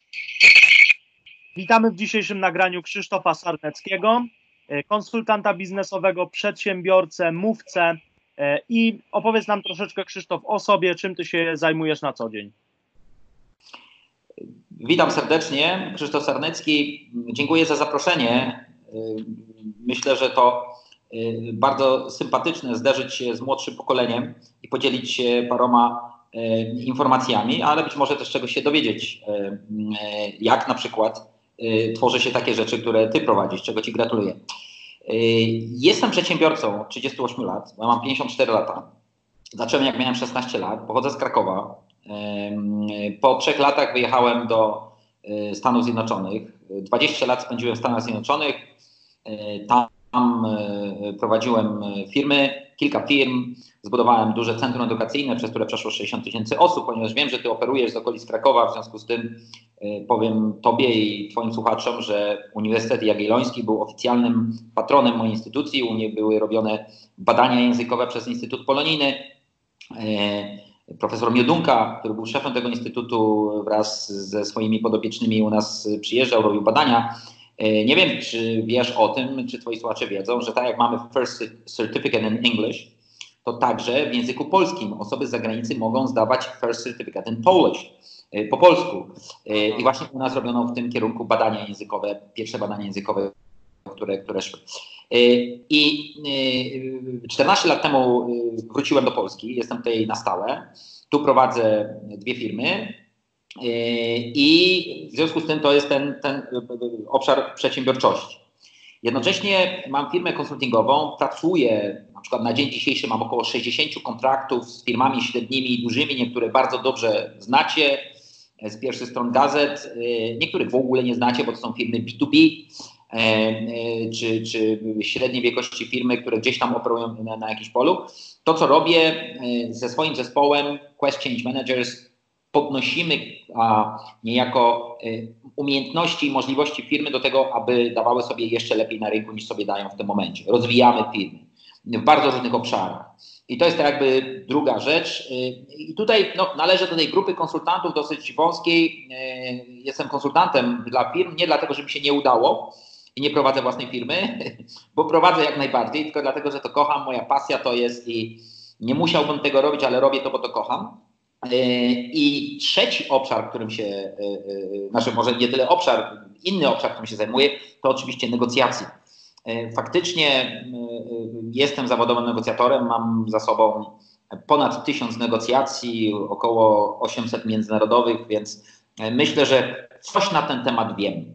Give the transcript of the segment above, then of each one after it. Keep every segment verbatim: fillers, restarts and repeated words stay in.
Witamy w dzisiejszym nagraniu Krzysztofa Sarneckiego, konsultanta biznesowego, przedsiębiorcę, mówcę i opowiedz nam troszeczkę, Krzysztof, o sobie, czym ty się zajmujesz na co dzień. Witam serdecznie, Krzysztof Sarnecki. Dziękuję za zaproszenie. Myślę, że to bardzo sympatyczne zderzyć się z młodszym pokoleniem i podzielić się paroma informacjami, ale być może też czegoś się dowiedzieć, jak na przykład tworzy się takie rzeczy, które ty prowadzisz, czego ci gratuluję. Jestem przedsiębiorcą od trzydziestu ośmiu lat, bo mam pięćdziesiąt cztery lata. Zacząłem jak miałem szesnaście lat, pochodzę z Krakowa. Po trzech latach wyjechałem do Stanów Zjednoczonych. dwadzieścia lat spędziłem w Stanach Zjednoczonych. Tam prowadziłem firmy, kilka firm. Zbudowałem duże centrum edukacyjne, przez które przeszło sześćdziesiąt tysięcy osób, ponieważ wiem, że ty operujesz z okolic Krakowa, w związku z tym powiem tobie i twoim słuchaczom, że Uniwersytet Jagielloński był oficjalnym patronem mojej instytucji. U niej były robione badania językowe przez Instytut Polonijny. Profesor Miodunka, który był szefem tego instytutu, wraz ze swoimi podopiecznymi u nas przyjeżdżał, robił badania. Nie wiem, czy wiesz o tym, czy twoi słuchacze wiedzą, że tak jak mamy First Certificate in English, to także w języku polskim osoby z zagranicy mogą zdawać First Certificate in Polish, po polsku. I właśnie u nas robiono w tym kierunku badania językowe, pierwsze badania językowe, które, które szły. I czternaście lat temu wróciłem do Polski, jestem tutaj na stałe. Tu prowadzę dwie firmy i w związku z tym to jest ten, ten obszar przedsiębiorczości. Jednocześnie mam firmę konsultingową, pracuję, na przykład na dzień dzisiejszy mam około sześćdziesiąt kontraktów z firmami średnimi i dużymi, niektóre bardzo dobrze znacie z pierwszych stron gazet, niektórych w ogóle nie znacie, bo to są firmy B dwa B. Czy, czy średniej wielkości firmy, które gdzieś tam operują na, na jakimś polu. To, co robię ze swoim zespołem Quest Change Managers, podnosimy a, niejako umiejętności i możliwości firmy do tego, aby dawały sobie jeszcze lepiej na rynku, niż sobie dają w tym momencie. Rozwijamy firmy w bardzo różnych obszarach. I to jest tak jakby druga rzecz. I tutaj no, należę do tej grupy konsultantów dosyć wąskiej. Jestem konsultantem dla firm, nie dlatego, że mi się nie udało, i nie prowadzę własnej firmy, bo prowadzę jak najbardziej, tylko dlatego, że to kocham, moja pasja to jest i nie musiałbym tego robić, ale robię to, bo to kocham. I trzeci obszar, którym się, znaczy może nie tyle obszar, inny obszar, którym się zajmuję, to oczywiście negocjacje. Faktycznie jestem zawodowym negocjatorem, mam za sobą ponad tysiąc negocjacji, około osiemset międzynarodowych, więc myślę, że coś na ten temat wiem.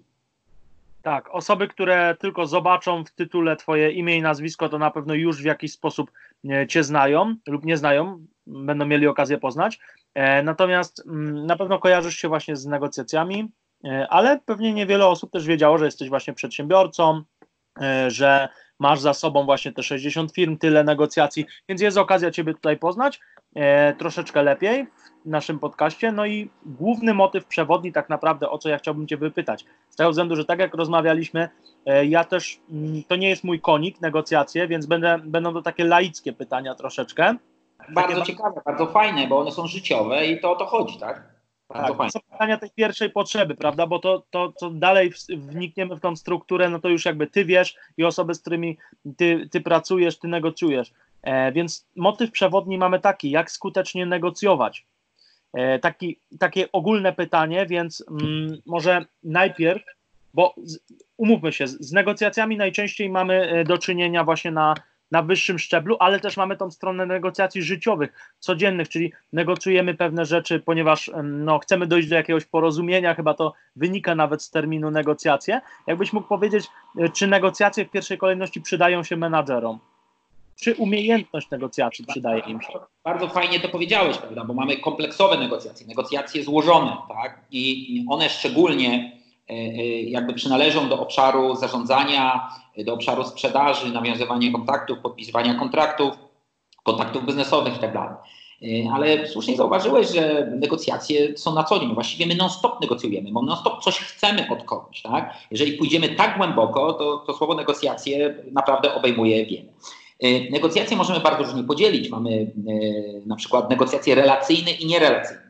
Tak, osoby, które tylko zobaczą w tytule twoje imię i nazwisko, to na pewno już w jakiś sposób cię znają lub nie znają, będą mieli okazję poznać. Natomiast na pewno kojarzysz się właśnie z negocjacjami, ale pewnie niewiele osób też wiedziało, że jesteś właśnie przedsiębiorcą, że masz za sobą właśnie te sześćdziesiąt firm, tyle negocjacji, więc jest okazja ciebie tutaj poznać troszeczkę lepiej w naszym podcaście. No i główny motyw przewodni tak naprawdę, o co ja chciałbym cię wypytać, z tego względu, że tak jak rozmawialiśmy, ja też, to nie jest mój konik, negocjacje, więc będę, będą to takie laickie pytania troszeczkę. Bardzo takie ciekawe, bardzo fajne, bo one są życiowe i to o to chodzi, tak? Tak, to są pytania tej pierwszej potrzeby, prawda, bo to, to, to dalej wnikniemy w tą strukturę, no to już jakby ty wiesz i osoby, z którymi ty, ty pracujesz, ty negocjujesz, e, więc motyw przewodni mamy taki, jak skutecznie negocjować. E, taki, takie ogólne pytanie, więc mm, może najpierw, bo z, umówmy się, z, z negocjacjami najczęściej mamy do czynienia właśnie na na wyższym szczeblu, ale też mamy tą stronę negocjacji życiowych, codziennych, czyli negocjujemy pewne rzeczy, ponieważ no, chcemy dojść do jakiegoś porozumienia, chyba to wynika nawet z terminu negocjacje. Jakbyś mógł powiedzieć, czy negocjacje w pierwszej kolejności przydają się menadżerom? Czy umiejętność negocjacji przydaje im się? Bardzo fajnie to powiedziałeś, prawda, bo mamy kompleksowe negocjacje, negocjacje złożone, tak, i one szczególnie jakby przynależą do obszaru zarządzania, do obszaru sprzedaży, nawiązywania kontaktów, podpisywania kontraktów, kontaktów biznesowych i tak dalej. Ale słusznie zauważyłeś, że negocjacje są na co dzień. Właściwie my non-stop negocjujemy, bo non-stop coś chcemy od kogoś. Tak? Jeżeli pójdziemy tak głęboko, to, to słowo negocjacje naprawdę obejmuje wiele. Negocjacje możemy bardzo różnie podzielić. Mamy na przykład negocjacje relacyjne i nierelacyjne.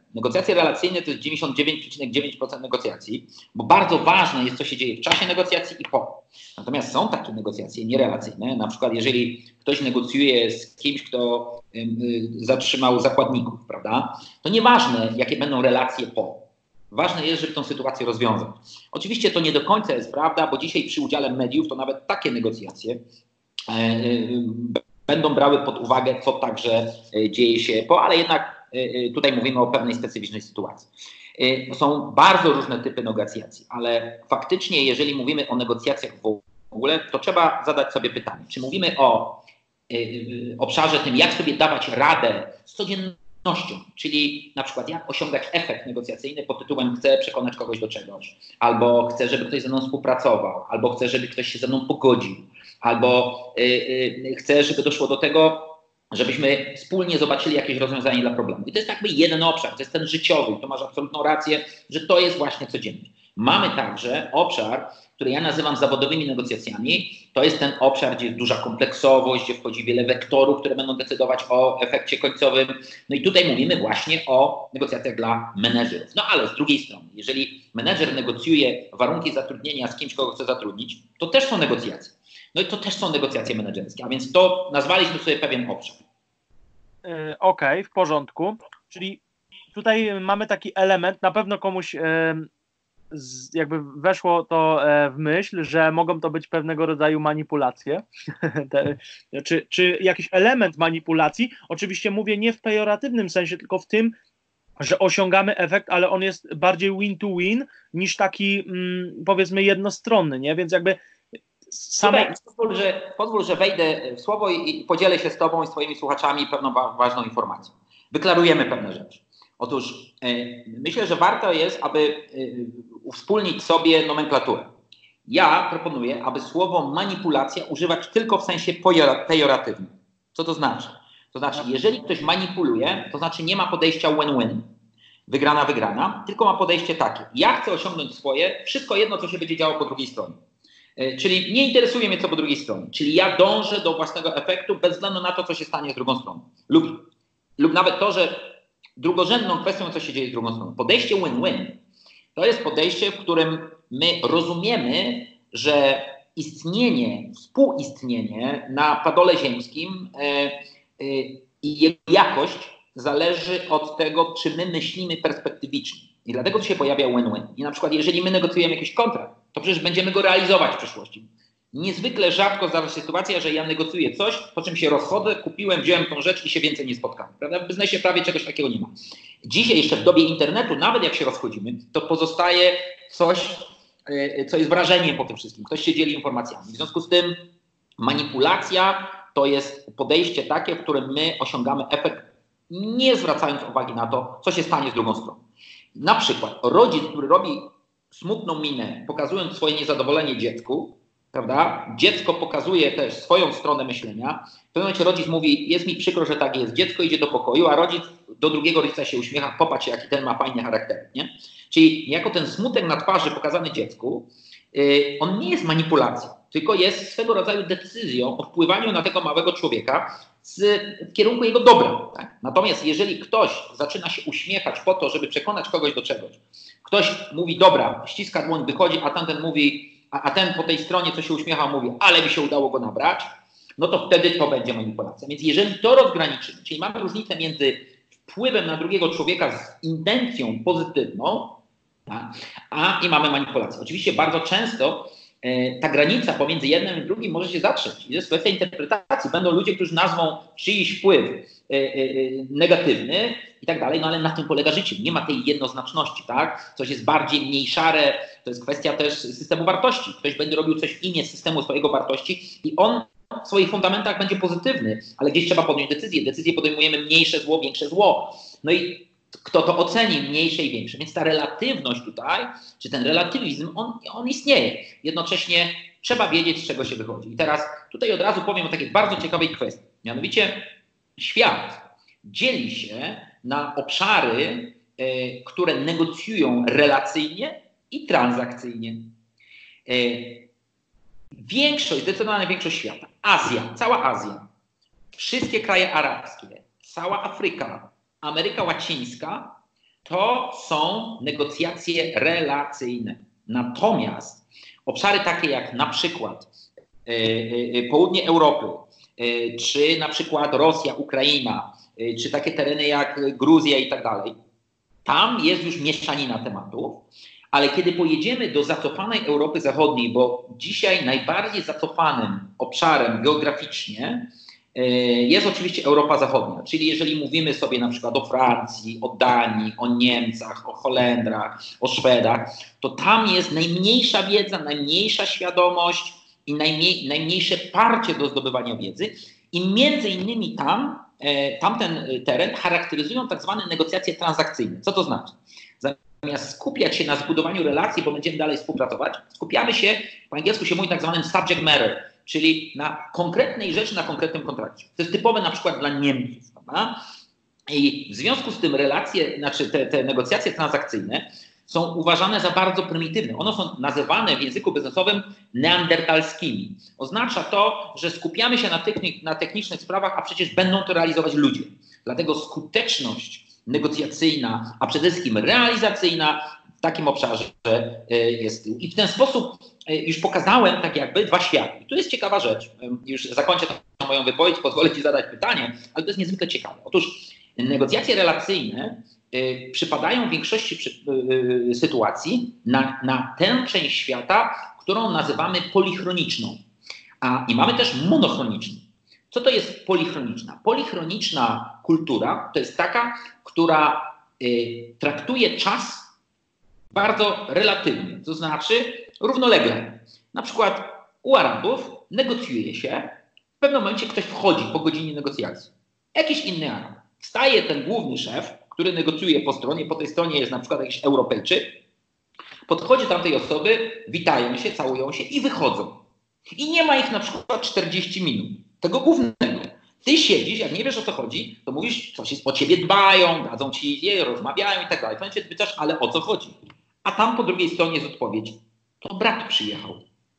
Negocjacje relacyjne to jest dziewięćdziesiąt dziewięć przecinek dziewięć procent negocjacji, bo bardzo ważne jest, co się dzieje w czasie negocjacji i po. Natomiast są takie negocjacje nierelacyjne, na przykład jeżeli ktoś negocjuje z kimś, kto y, y, zatrzymał zakładników, prawda, to nieważne, jakie będą relacje po. Ważne jest, żeby tę sytuację rozwiązać. Oczywiście to nie do końca jest prawda, bo dzisiaj przy udziale mediów to nawet takie negocjacje y, y, będą brały pod uwagę, co także y, dzieje się po, ale jednak y, tutaj mówimy o pewnej specyficznej sytuacji. Są bardzo różne typy negocjacji, ale faktycznie, jeżeli mówimy o negocjacjach w ogóle, to trzeba zadać sobie pytanie, czy mówimy o y, obszarze tym, jak sobie dawać radę z codziennością, czyli na przykład jak osiągać efekt negocjacyjny pod tytułem chcę przekonać kogoś do czegoś, albo chcę, żeby ktoś ze mną współpracował, albo chcę, żeby ktoś się ze mną pogodził, albo y, y, chcę, żeby doszło do tego, żebyśmy wspólnie zobaczyli jakieś rozwiązanie dla problemu. I to jest jakby jeden obszar, to jest ten życiowy. To masz absolutną rację, że to jest właśnie codziennie. Mamy także obszar, który ja nazywam zawodowymi negocjacjami. To jest ten obszar, gdzie jest duża kompleksowość, gdzie wchodzi wiele wektorów, które będą decydować o efekcie końcowym. No i tutaj mówimy właśnie o negocjacjach dla menedżerów. No ale z drugiej strony, jeżeli menedżer negocjuje warunki zatrudnienia z kimś, kogo chce zatrudnić, to też są negocjacje. No i to też są negocjacje menedżerskie, a więc to nazwaliśmy sobie pewien obszar. Yy, Okej, okay, w porządku. Czyli tutaj mamy taki element, na pewno komuś yy, z, jakby weszło to yy, w myśl, że mogą to być pewnego rodzaju manipulacje, Te, czy, czy jakiś element manipulacji. Oczywiście mówię nie w pejoratywnym sensie, tylko w tym, że osiągamy efekt, ale on jest bardziej win-to-win niż taki mm, powiedzmy jednostronny, nie? Więc jakby Samo... Pozwól, że, pozwól, że wejdę w słowo i, i podzielę się z Tobą i swoimi słuchaczami pewną wa ważną informacją. Wyklarujemy pewne rzeczy. Otóż yy, myślę, że warto jest, aby yy, uwspólnić sobie nomenklaturę. Ja proponuję, aby słowo manipulacja używać tylko w sensie pejoratywnym. Co to znaczy? To znaczy, jeżeli ktoś manipuluje, to znaczy nie ma podejścia win-win, wygrana, wygrana, tylko ma podejście takie. Ja chcę osiągnąć swoje, wszystko jedno, co się będzie działo po drugiej stronie. Czyli nie interesuje mnie, co po drugiej stronie. Czyli ja dążę do własnego efektu bez względu na to, co się stanie z drugą stroną. Lub, lub nawet to, że drugorzędną kwestią, co się dzieje z drugą stroną. Podejście win-win to jest podejście, w którym my rozumiemy, że istnienie, współistnienie na padole ziemskim e, e, i jego jakość zależy od tego, czy my myślimy perspektywicznie. I dlatego tu się pojawia win-win. I na przykład, jeżeli my negocjujemy jakiś kontrakt, to przecież będziemy go realizować w przyszłości. Niezwykle rzadko zdarza się sytuacja, że ja negocjuję coś, po czym się rozchodzę, kupiłem, wziąłem tą rzecz i się więcej nie spotkam. Prawda? W biznesie prawie czegoś takiego nie ma. Dzisiaj jeszcze w dobie internetu, nawet jak się rozchodzimy, to pozostaje coś, co jest wrażeniem po tym wszystkim. Ktoś się dzieli informacjami. W związku z tym manipulacja to jest podejście takie, w którym my osiągamy efekt, nie zwracając uwagi na to, co się stanie z drugą stroną. Na przykład rodzic, który robi smutną minę, pokazując swoje niezadowolenie dziecku, prawda? Dziecko pokazuje też swoją stronę myślenia. W pewnym momencie rodzic mówi, jest mi przykro, że tak jest. Dziecko idzie do pokoju, a rodzic do drugiego rodzica się uśmiecha, popatrz, jaki ten ma fajny charakter. Nie? Czyli jako ten smutek na twarzy pokazany dziecku, yy, on nie jest manipulacją, tylko jest swego rodzaju decyzją o wpływaniu na tego małego człowieka z, w kierunku jego dobra. Tak? Natomiast jeżeli ktoś zaczyna się uśmiechać po to, żeby przekonać kogoś do czegoś, ktoś mówi dobra, ściska dłoń, wychodzi, a tamten mówi, a, a ten po tej stronie, co się uśmiecha, mówi, ale mi się udało go nabrać, no to wtedy to będzie manipulacja. Więc jeżeli to rozgraniczymy, czyli mamy różnicę między wpływem na drugiego człowieka z intencją pozytywną, tak, a i mamy manipulację. Oczywiście bardzo często e, ta granica pomiędzy jednym i drugim może się zatrzeć. I to jest kwestia interpretacji. Będą ludzie, którzy nazwą czyjś wpływ e, e, negatywny i tak dalej, no ale na tym polega życie. Nie ma tej jednoznaczności, tak? Coś jest bardziej, mniej szare. To jest kwestia też systemu wartości. Ktoś będzie robił coś w imię systemu swojego wartości i on w swoich fundamentach będzie pozytywny, ale gdzieś trzeba podjąć decyzję. Decyzję podejmujemy mniejsze zło, większe zło. No i kto to oceni, mniejsze i większe. Więc ta relatywność tutaj, czy ten relatywizm, on, on istnieje. Jednocześnie trzeba wiedzieć, z czego się wychodzi. I teraz tutaj od razu powiem o takiej bardzo ciekawej kwestii. Mianowicie świat dzieli się na obszary, y, które negocjują relacyjnie i transakcyjnie. Y, większość, zdecydowana większość świata, Azja, cała Azja, wszystkie kraje arabskie, cała Afryka, Ameryka Łacińska to są negocjacje relacyjne. Natomiast obszary takie jak na przykład y, y, południe Europy, y, czy na przykład Rosja, Ukraina, y, czy takie tereny jak Gruzja i tak dalej, tam jest już mieszanina tematów, ale kiedy pojedziemy do zacofanej Europy Zachodniej, bo dzisiaj najbardziej zacofanym obszarem geograficznie jest oczywiście Europa Zachodnia, czyli jeżeli mówimy sobie na przykład o Francji, o Danii, o Niemcach, o Holendrach, o Szwedach, to tam jest najmniejsza wiedza, najmniejsza świadomość i najmniej, najmniejsze parcie do zdobywania wiedzy i między innymi tam, tamten teren charakteryzują tak zwane negocjacje transakcyjne. Co to znaczy? Zamiast skupiać się na zbudowaniu relacji, bo będziemy dalej współpracować, skupiamy się, po angielsku się mówi tak zwanym subject matter, czyli na konkretnej rzeczy, na konkretnym kontrakcie. To jest typowe na przykład dla Niemców. Prawda? I w związku z tym relacje, znaczy te, te negocjacje transakcyjne są uważane za bardzo prymitywne. One są nazywane w języku biznesowym neandertalskimi. Oznacza to, że skupiamy się na, technik, na technicznych sprawach, a przecież będą to realizować ludzie. Dlatego skuteczność negocjacyjna, a przede wszystkim realizacyjna w takim obszarze jest. I w ten sposób już pokazałem tak jakby dwa światy. I tu jest ciekawa rzecz. Już zakończę tę moją wypowiedź, pozwolę Ci zadać pytanie, ale to jest niezwykle ciekawe. Otóż negocjacje relacyjne y, przypadają w większości przy, y, sytuacji na, na tę część świata, którą nazywamy polichroniczną. A, I mamy też monochroniczną. Co to jest polichroniczna? Polichroniczna kultura to jest taka, która y, traktuje czas bardzo relatywnie, to znaczy równolegle. Na przykład u Arabów negocjuje się, w pewnym momencie ktoś wchodzi po godzinie negocjacji. Jakiś inny Arab. Wstaje ten główny szef, który negocjuje po stronie, po tej stronie jest na przykład jakiś Europejczyk, podchodzi do tamtej osoby, witają się, całują się i wychodzą. I nie ma ich na przykład czterdzieści minut. Tego głównego. Ty siedzisz, jak nie wiesz o co chodzi, to mówisz, coś jest o ciebie dbają, dadzą ci je, rozmawiają i tak dalej. W momencie pytasz, ale o co chodzi? A tam po drugiej stronie jest odpowiedź, to brat przyjechał.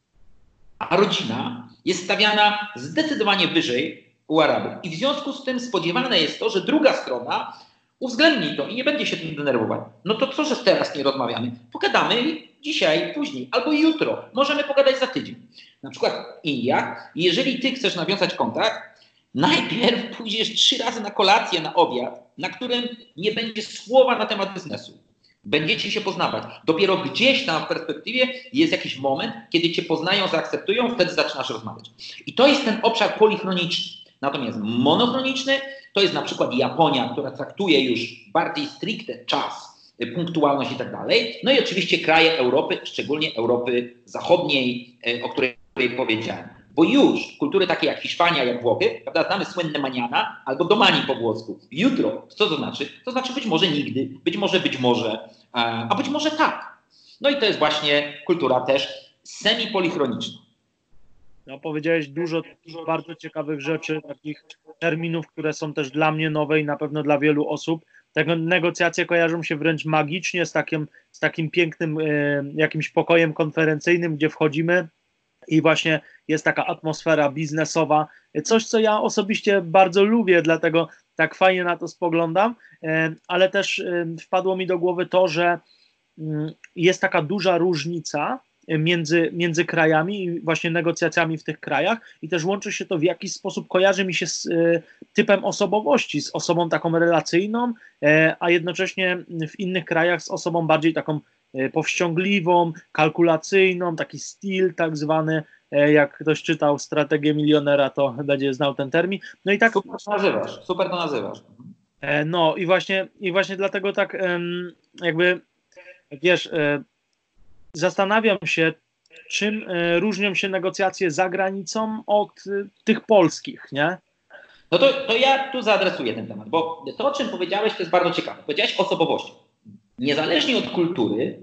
A rodzina jest stawiana zdecydowanie wyżej u Arabów. I w związku z tym spodziewane jest to, że druga strona uwzględni to i nie będzie się tym denerwować. No to co, że teraz nie rozmawiamy? Pogadamy dzisiaj, później, albo jutro. Możemy pogadać za tydzień. Na przykład i jak, jeżeli ty chcesz nawiązać kontakt, najpierw pójdziesz trzy razy na kolację, na obiad, na którym nie będzie słowa na temat biznesu. Będziecie się poznawać. Dopiero gdzieś tam w perspektywie jest jakiś moment, kiedy cię poznają, zaakceptują, wtedy zaczynasz rozmawiać. I to jest ten obszar polichroniczny. Natomiast monochroniczny to jest na przykład Japonia, która traktuje już bardziej stricte czas, punktualność i tak dalej. No i oczywiście kraje Europy, szczególnie Europy Zachodniej, o której powiedziałem. Bo już kultury takie jak Hiszpania, jak Włochy, prawda, znamy słynne maniana albo domani po włosku. Jutro, co to znaczy? To znaczy być może nigdy, być może być może, a być może tak. No i to jest właśnie kultura też semi-polichroniczna. No, powiedziałeś dużo bardzo ciekawych rzeczy, takich terminów, które są też dla mnie nowe i na pewno dla wielu osób. Te negocjacje kojarzą się wręcz magicznie z takim, z takim pięknym e, jakimś pokojem konferencyjnym, gdzie wchodzimy i właśnie jest taka atmosfera biznesowa. Coś, co ja osobiście bardzo lubię, dlatego tak fajnie na to spoglądam, e, ale też e, wpadło mi do głowy to, że m, jest taka duża różnica między, między krajami i właśnie negocjacjami w tych krajach i też łączy się to w jakiś sposób, kojarzy mi się z y, typem osobowości, z osobą taką relacyjną, y, a jednocześnie w innych krajach z osobą bardziej taką y, powściągliwą, kalkulacyjną, taki styl tak zwany, y, jak ktoś czytał Strategię Milionera, to będzie znał ten termin. No i tak super to nazywasz, super to nazywasz. Y, no i właśnie, i właśnie dlatego tak y, jakby, wiesz, y, zastanawiam się, czym różnią się negocjacje za granicą od tych polskich, nie? No to, to ja tu zaadresuję ten temat, bo to, o czym powiedziałeś, to jest bardzo ciekawe. Powiedziałeś o osobowości. Niezależnie od kultury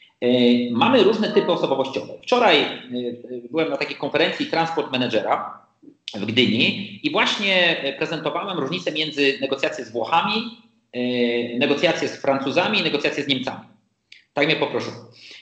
y, mamy różne typy osobowościowe. Wczoraj y, byłem na takiej konferencji Transport Managera w Gdyni i właśnie prezentowałem różnicę między negocjacje z Włochami, y, negocjacje z Francuzami i negocjacje z Niemcami. Tak mnie poproszono.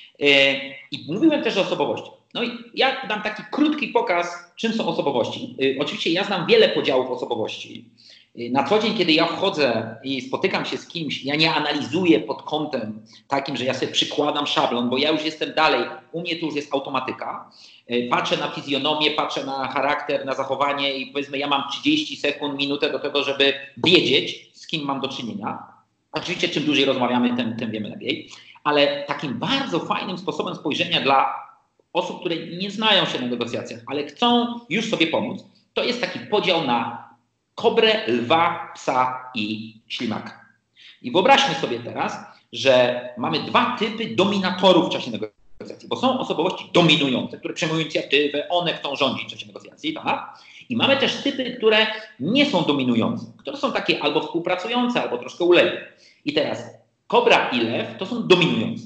I mówiłem też o osobowości. No i ja dam taki krótki pokaz, czym są osobowości. Oczywiście ja znam wiele podziałów osobowości. Na co dzień, kiedy ja wchodzę i spotykam się z kimś, ja nie analizuję pod kątem takim, że ja sobie przykładam szablon, bo ja już jestem dalej, u mnie to już jest automatyka. Patrzę na fizjonomię, patrzę na charakter, na zachowanie i powiedzmy ja mam trzydzieści sekund, minutę do tego, żeby wiedzieć, z kim mam do czynienia. Oczywiście czym dłużej rozmawiamy, tym, tym wiemy lepiej. Ale takim bardzo fajnym sposobem spojrzenia dla osób, które nie znają się na negocjacjach, ale chcą już sobie pomóc, to jest taki podział na kobrę, lwa, psa i ślimaka. I wyobraźmy sobie teraz, że mamy dwa typy dominatorów w czasie negocjacji, bo są osobowości dominujące, które przejmują inicjatywę, one chcą rządzić w czasie negocjacji, tak? I mamy też typy, które nie są dominujące, które są takie albo współpracujące, albo troszkę uległe. I teraz kobra i lew to są dominujące,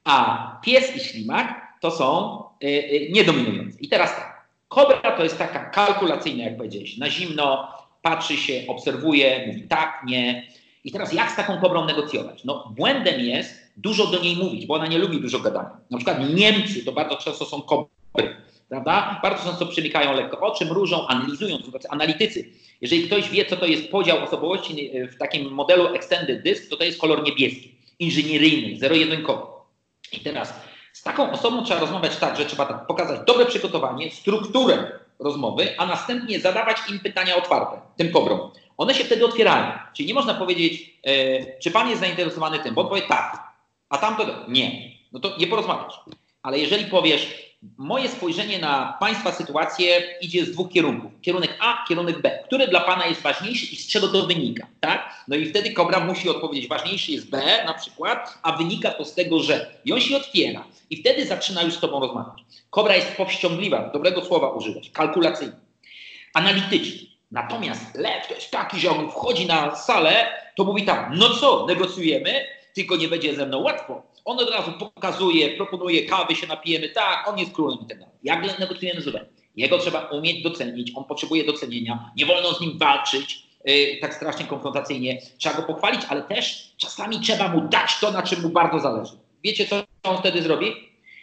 a pies i ślimak to są yy, yy, niedominujące. I teraz tak, kobra to jest taka kalkulacyjna, jak powiedziałeś, na zimno, patrzy się, obserwuje, mówi tak, nie. I teraz jak z taką kobrą negocjować? No błędem jest dużo do niej mówić, bo ona nie lubi dużo gadania. Na przykład Niemcy to bardzo często są kobry, prawda? Bardzo często przymykają lekko oczy, mrużą, analizują, to znaczy analitycy. Jeżeli ktoś wie, co to jest podział osobowości w takim modelu Extended Disk, to to jest kolor niebieski, inżynieryjny, zero-jedynkowy. I teraz z taką osobą trzeba rozmawiać tak, że trzeba tak pokazać dobre przygotowanie, strukturę rozmowy, a następnie zadawać im pytania otwarte, tym kobrom. One się wtedy otwierają. Czyli nie można powiedzieć, e, czy pan jest zainteresowany tym, bo on powie tak, a tamto nie. No to nie porozmawiasz. Ale jeżeli powiesz, moje spojrzenie na państwa sytuację idzie z dwóch kierunków. Kierunek A, kierunek B. Który dla pana jest ważniejszy i z czego to wynika, tak? No i wtedy kobra musi odpowiedzieć, ważniejszy jest B na przykład, a wynika to z tego, że. I on się otwiera. I wtedy zaczyna już z tobą rozmawiać. Kobra jest powściągliwa, dobrego słowa używać, kalkulacyjna, analityczna. Natomiast lew to jest taki, że on wchodzi na salę, to mówi tak, no co, negocjujemy, tylko nie będzie ze mną łatwo. On od razu pokazuje, proponuje, kawy się napijemy, tak, on jest królem i tak dalej. Jak negocjujemy z lwem? Jego trzeba umieć docenić, on potrzebuje docenienia, nie wolno z nim walczyć yy, tak strasznie konfrontacyjnie. Trzeba go pochwalić, ale też czasami trzeba mu dać to, na czym mu bardzo zależy. Wiecie, co on wtedy zrobi?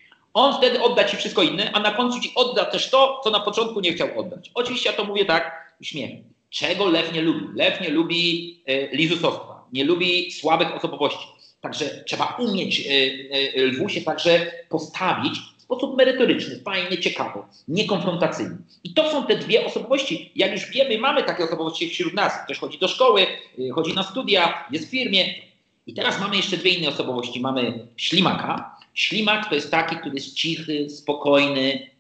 On wtedy odda ci wszystko inne, a na końcu ci odda też to, co na początku nie chciał oddać. Oczywiście ja to mówię tak, śmiechem. Czego lew nie lubi? Lew nie lubi y, lizusostwa, nie lubi słabych osobowości. Także trzeba umieć y, y, lwu się także postawić w sposób merytoryczny, fajny, ciekawy, niekonfrontacyjny. I to są te dwie osobowości. Jak już wiemy, mamy takie osobowości wśród nas. Ktoś chodzi do szkoły, y, chodzi na studia, jest w firmie. I teraz mamy jeszcze dwie inne osobowości. Mamy ślimaka. Ślimak to jest taki, który jest cichy, spokojny.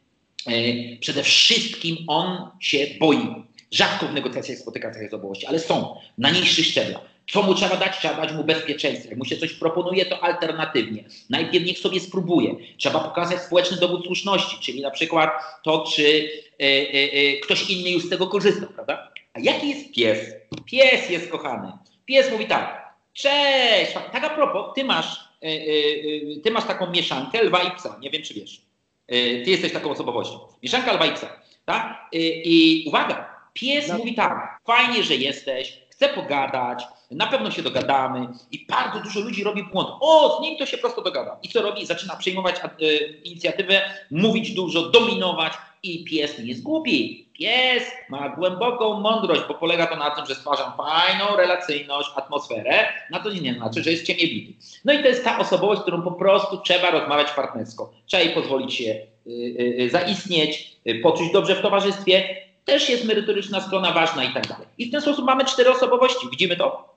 Y, przede wszystkim on się boi. Rzadko w negocjacjach spotyka takie osobowości, ale są na niższych szczeblach. Co mu trzeba dać? Trzeba dać mu bezpieczeństwo. Jak mu się coś proponuje, to alternatywnie. Najpierw niech sobie spróbuje. Trzeba pokazać społeczny dowód słuszności, czyli na przykład to, czy y, y, y, ktoś inny już z tego korzysta, prawda? A jaki jest pies? Pies jest kochany. Pies mówi tak, cześć, tak a propos, ty masz, y, y, y, ty masz taką mieszankę lwa i psa, nie wiem czy wiesz. Y, ty jesteś taką osobowością. Mieszanka lwa i psa, tak? Y, I uwaga, pies no. mówi tak, fajnie, że jesteś, chcę pogadać, na pewno się dogadamy i bardzo dużo ludzi robi błąd. O, z nim to się prosto dogada. I co robi? Zaczyna przejmować y, inicjatywę, mówić dużo, dominować i pies nie jest głupi. Pies ma głęboką mądrość, bo polega to na tym, że stwarzam fajną, relacyjność, atmosferę. Na to nie znaczy, że jest ciemię bity. No i to jest ta osobowość, z którą po prostu trzeba rozmawiać partnersko. Trzeba jej pozwolić się y, y, zaistnieć, y, poczuć dobrze w towarzystwie. Też jest merytoryczna strona ważna i tak dalej. I w ten sposób mamy cztery osobowości. Widzimy to?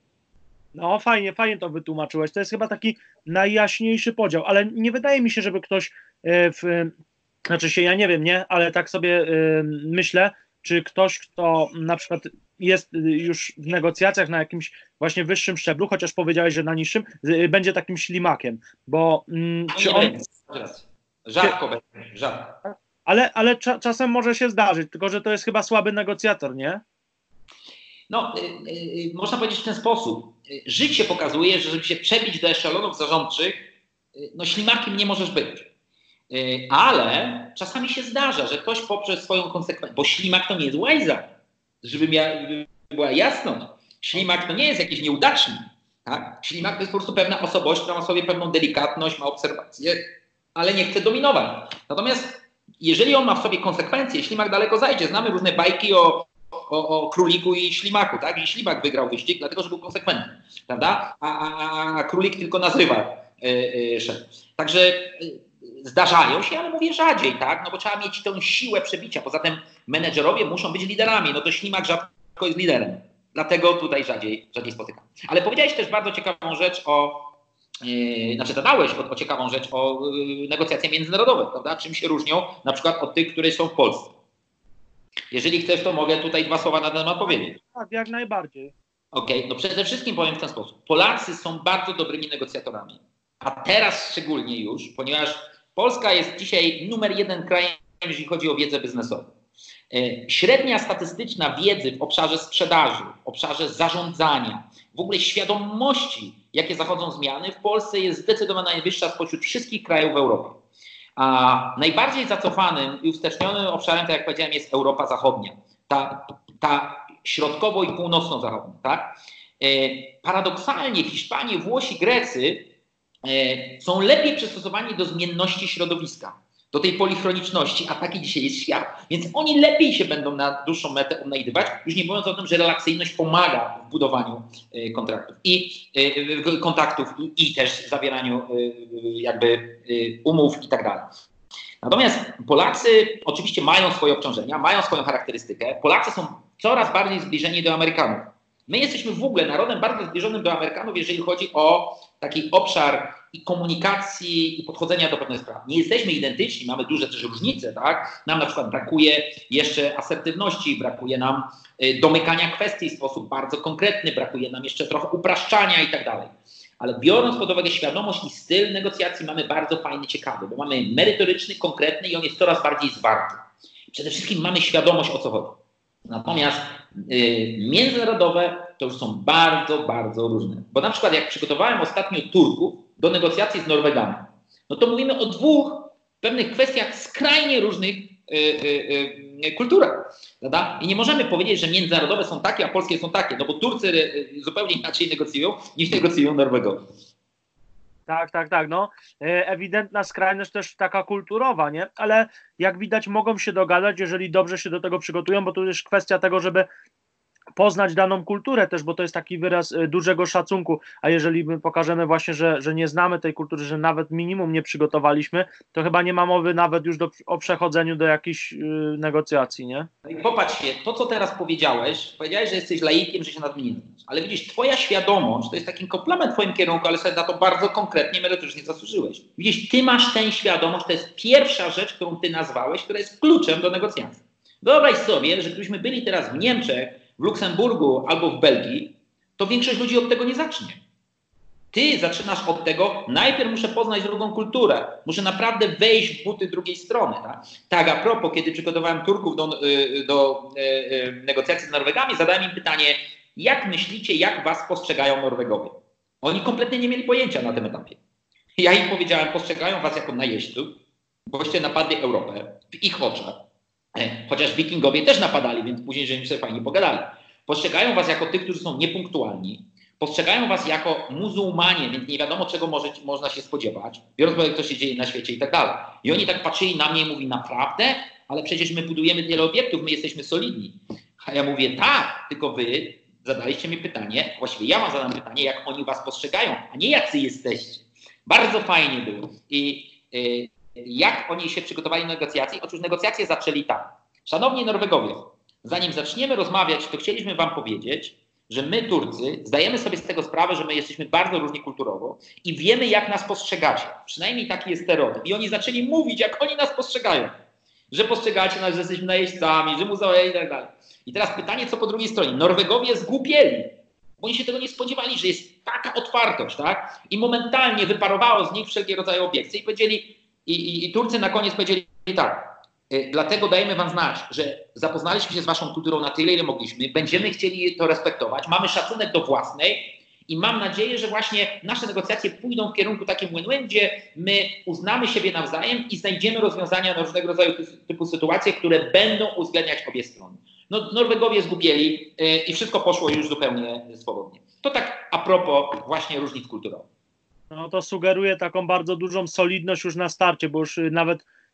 No fajnie, fajnie to wytłumaczyłeś. To jest chyba taki najjaśniejszy podział, ale nie wydaje mi się, żeby ktoś w, znaczy się, ja nie wiem, nie, ale tak sobie myślę, czy ktoś, kto na przykład jest już w negocjacjach na jakimś właśnie wyższym szczeblu, chociaż powiedziałeś, że na niższym, będzie takim ślimakiem, bo no czy on... Rzadko będzie, rzadko. Ale, ale cza, czasem może się zdarzyć, tylko że to jest chyba słaby negocjator, nie? No, y, y, można powiedzieć w ten sposób. Życie pokazuje, że żeby się przebić do eszelonów zarządczych, y, no ślimakiem nie możesz być. Y, ale czasami się zdarza, że ktoś poprzez swoją konsekwencję, bo ślimak to nie jest łajza, żeby, mia, żeby była jasność. Ślimak to nie jest jakiś nieudacznik. Tak? Ślimak to jest po prostu pewna osobowość, która ma w sobie pewną delikatność, ma obserwację, ale nie chce dominować. Natomiast jeżeli on ma w sobie konsekwencje, ślimak daleko zajdzie. Znamy różne bajki o o, o króliku i ślimaku, tak? I ślimak wygrał wyścig, dlatego że był konsekwentny, prawda? A, a, a królik tylko na zrywach yy, yy, szedł. Także yy, zdarzają się, ale mówię rzadziej, tak? No bo trzeba mieć tą siłę przebicia. Poza tym menedżerowie muszą być liderami. No to ślimak rzadko jest liderem. Dlatego tutaj rzadziej, rzadziej spotykam. Ale powiedziałeś też bardzo ciekawą rzecz o Yy, znaczy zadałeś o, o ciekawą rzecz o yy, negocjacje międzynarodowe, prawda? Czym się różnią na przykład od tych, które są w Polsce. Jeżeli chcesz, to mogę tutaj dwa słowa na ten temat powiedzieć. Tak, jak najbardziej. Okej, okay. No przede wszystkim powiem w ten sposób. Polacy są bardzo dobrymi negocjatorami. A teraz szczególnie już, ponieważ Polska jest dzisiaj numer jeden krajem, jeżeli chodzi o wiedzę biznesową. Średnia statystyczna wiedzy w obszarze sprzedaży, w obszarze zarządzania, w ogóle świadomości, jakie zachodzą zmiany, w Polsce jest zdecydowanie najwyższa spośród wszystkich krajów w Europie. A najbardziej zacofanym i ustecznionym obszarem, tak jak powiedziałem, jest Europa Zachodnia. Ta, ta środkowo- i północno-zachodnia. Tak? Paradoksalnie Hiszpanie, Włosi, Grecy są lepiej przystosowani do zmienności środowiska, do tej polichroniczności, a taki dzisiaj jest świat. Więc oni lepiej się będą na dłuższą metę odnajdywać, już nie mówiąc o tym, że relaksyjność pomaga w budowaniu y, kontraktów i y, kontaktów i, i też zawieraniu y, jakby y, umów i tak dalej. Natomiast Polacy oczywiście mają swoje obciążenia, mają swoją charakterystykę. Polacy są coraz bardziej zbliżeni do Amerykanów. My jesteśmy w ogóle narodem bardzo zbliżonym do Amerykanów, jeżeli chodzi o taki obszar i komunikacji i podchodzenia do pewnych spraw. Nie jesteśmy identyczni, mamy duże też różnice, tak? Nam na przykład brakuje jeszcze asertywności, brakuje nam y, domykania kwestii w sposób bardzo konkretny, brakuje nam jeszcze trochę upraszczania i tak dalej. Ale biorąc pod uwagę świadomość i styl negocjacji, mamy bardzo fajny, ciekawy, bo mamy merytoryczny, konkretny i on jest coraz bardziej zwarty. Przede wszystkim mamy świadomość, o co chodzi. Natomiast y, międzynarodowe to już są bardzo, bardzo różne. Bo na przykład jak przygotowałem ostatnio Turków do negocjacji z Norwegami, no to mówimy o dwóch pewnych kwestiach skrajnie różnych y, y, y, kulturach. Prawda? I nie możemy powiedzieć, że międzynarodowe są takie, a polskie są takie, no bo Turcy y, zupełnie inaczej negocjują niż negocjują Norwegowie. Tak, tak, tak. No, ewidentna skrajność też taka kulturowa, nie? Ale jak widać mogą się dogadać, jeżeli dobrze się do tego przygotują, bo to jest kwestia tego, żeby poznać daną kulturę też, bo to jest taki wyraz dużego szacunku, a jeżeli my pokażemy właśnie, że, że nie znamy tej kultury, że nawet minimum nie przygotowaliśmy, to chyba nie ma mowy nawet już do, o przechodzeniu do jakichś yy, negocjacji, nie? No i popatrzcie, to co teraz powiedziałeś, powiedziałeś, że jesteś laikiem, że się nad mnie nie znasz, ale widzisz, twoja świadomość to jest taki komplement w twoim kierunku, ale sobie na to bardzo konkretnie, merytorycznie zasłużyłeś. Widzisz, ty masz tę świadomość, to jest pierwsza rzecz, którą ty nazwałeś, która jest kluczem do negocjacji. Wyobraź sobie, że gdybyśmy byli teraz w Niemczech, w Luksemburgu albo w Belgii, to większość ludzi od tego nie zacznie. Ty zaczynasz od tego, najpierw muszę poznać drugą kulturę, muszę naprawdę wejść w buty drugiej strony. Tak, tak a propos, kiedy przygotowałem Turków do, do negocjacji z Norwegami, zadałem im pytanie, jak myślicie, jak was postrzegają Norwegowie? Oni kompletnie nie mieli pojęcia na tym etapie. Ja im powiedziałem, postrzegają was jako najeźdźców, boście napadli Europę w ich oczach. Chociaż wikingowie też napadali, więc później, żeśmy sobie fajnie pogadali. Postrzegają was jako tych, którzy są niepunktualni. Postrzegają was jako muzułmanie, więc nie wiadomo, czego może, można się spodziewać, biorąc pod uwagę, co się dzieje na świecie i tak dalej. I oni tak patrzyli na mnie i mówili, naprawdę? Ale przecież my budujemy wiele obiektów, my jesteśmy solidni. A ja mówię, tak, tylko wy zadaliście mi pytanie, właściwie ja wam zadam pytanie, jak oni was postrzegają, a nie jacy jesteście. Bardzo fajnie było. I yy, jak oni się przygotowali do negocjacji? Otóż negocjacje zaczęli tak. Szanowni Norwegowie, zanim zaczniemy rozmawiać, to chcieliśmy wam powiedzieć, że my Turcy zdajemy sobie z tego sprawę, że my jesteśmy bardzo różni kulturowo i wiemy, jak nas postrzegacie. Przynajmniej taki jest stereotyp. I oni zaczęli mówić, jak oni nas postrzegają. Że postrzegacie nas, że jesteśmy najeźdźcami, że muzeum i tak dalej. I teraz pytanie, co po drugiej stronie? Norwegowie zgłupieli, bo oni się tego nie spodziewali, że jest taka otwartość, tak? I momentalnie wyparowało z nich wszelkie rodzaje obiekcje i powiedzieli, i, i, i Turcy na koniec powiedzieli tak, y, dlatego dajemy wam znać, że zapoznaliśmy się z waszą kulturą na tyle, ile mogliśmy, będziemy chcieli to respektować, mamy szacunek do własnej i mam nadzieję, że właśnie nasze negocjacje pójdą w kierunku takim win-win, gdzie my uznamy siebie nawzajem i znajdziemy rozwiązania na różnego rodzaju typu sytuacje, które będą uwzględniać obie strony. No, Norwegowie zgłupieli yy, i wszystko poszło już zupełnie swobodnie. To tak a propos właśnie różnic kulturowych. No to sugeruje taką bardzo dużą solidność już na starcie, bo już nawet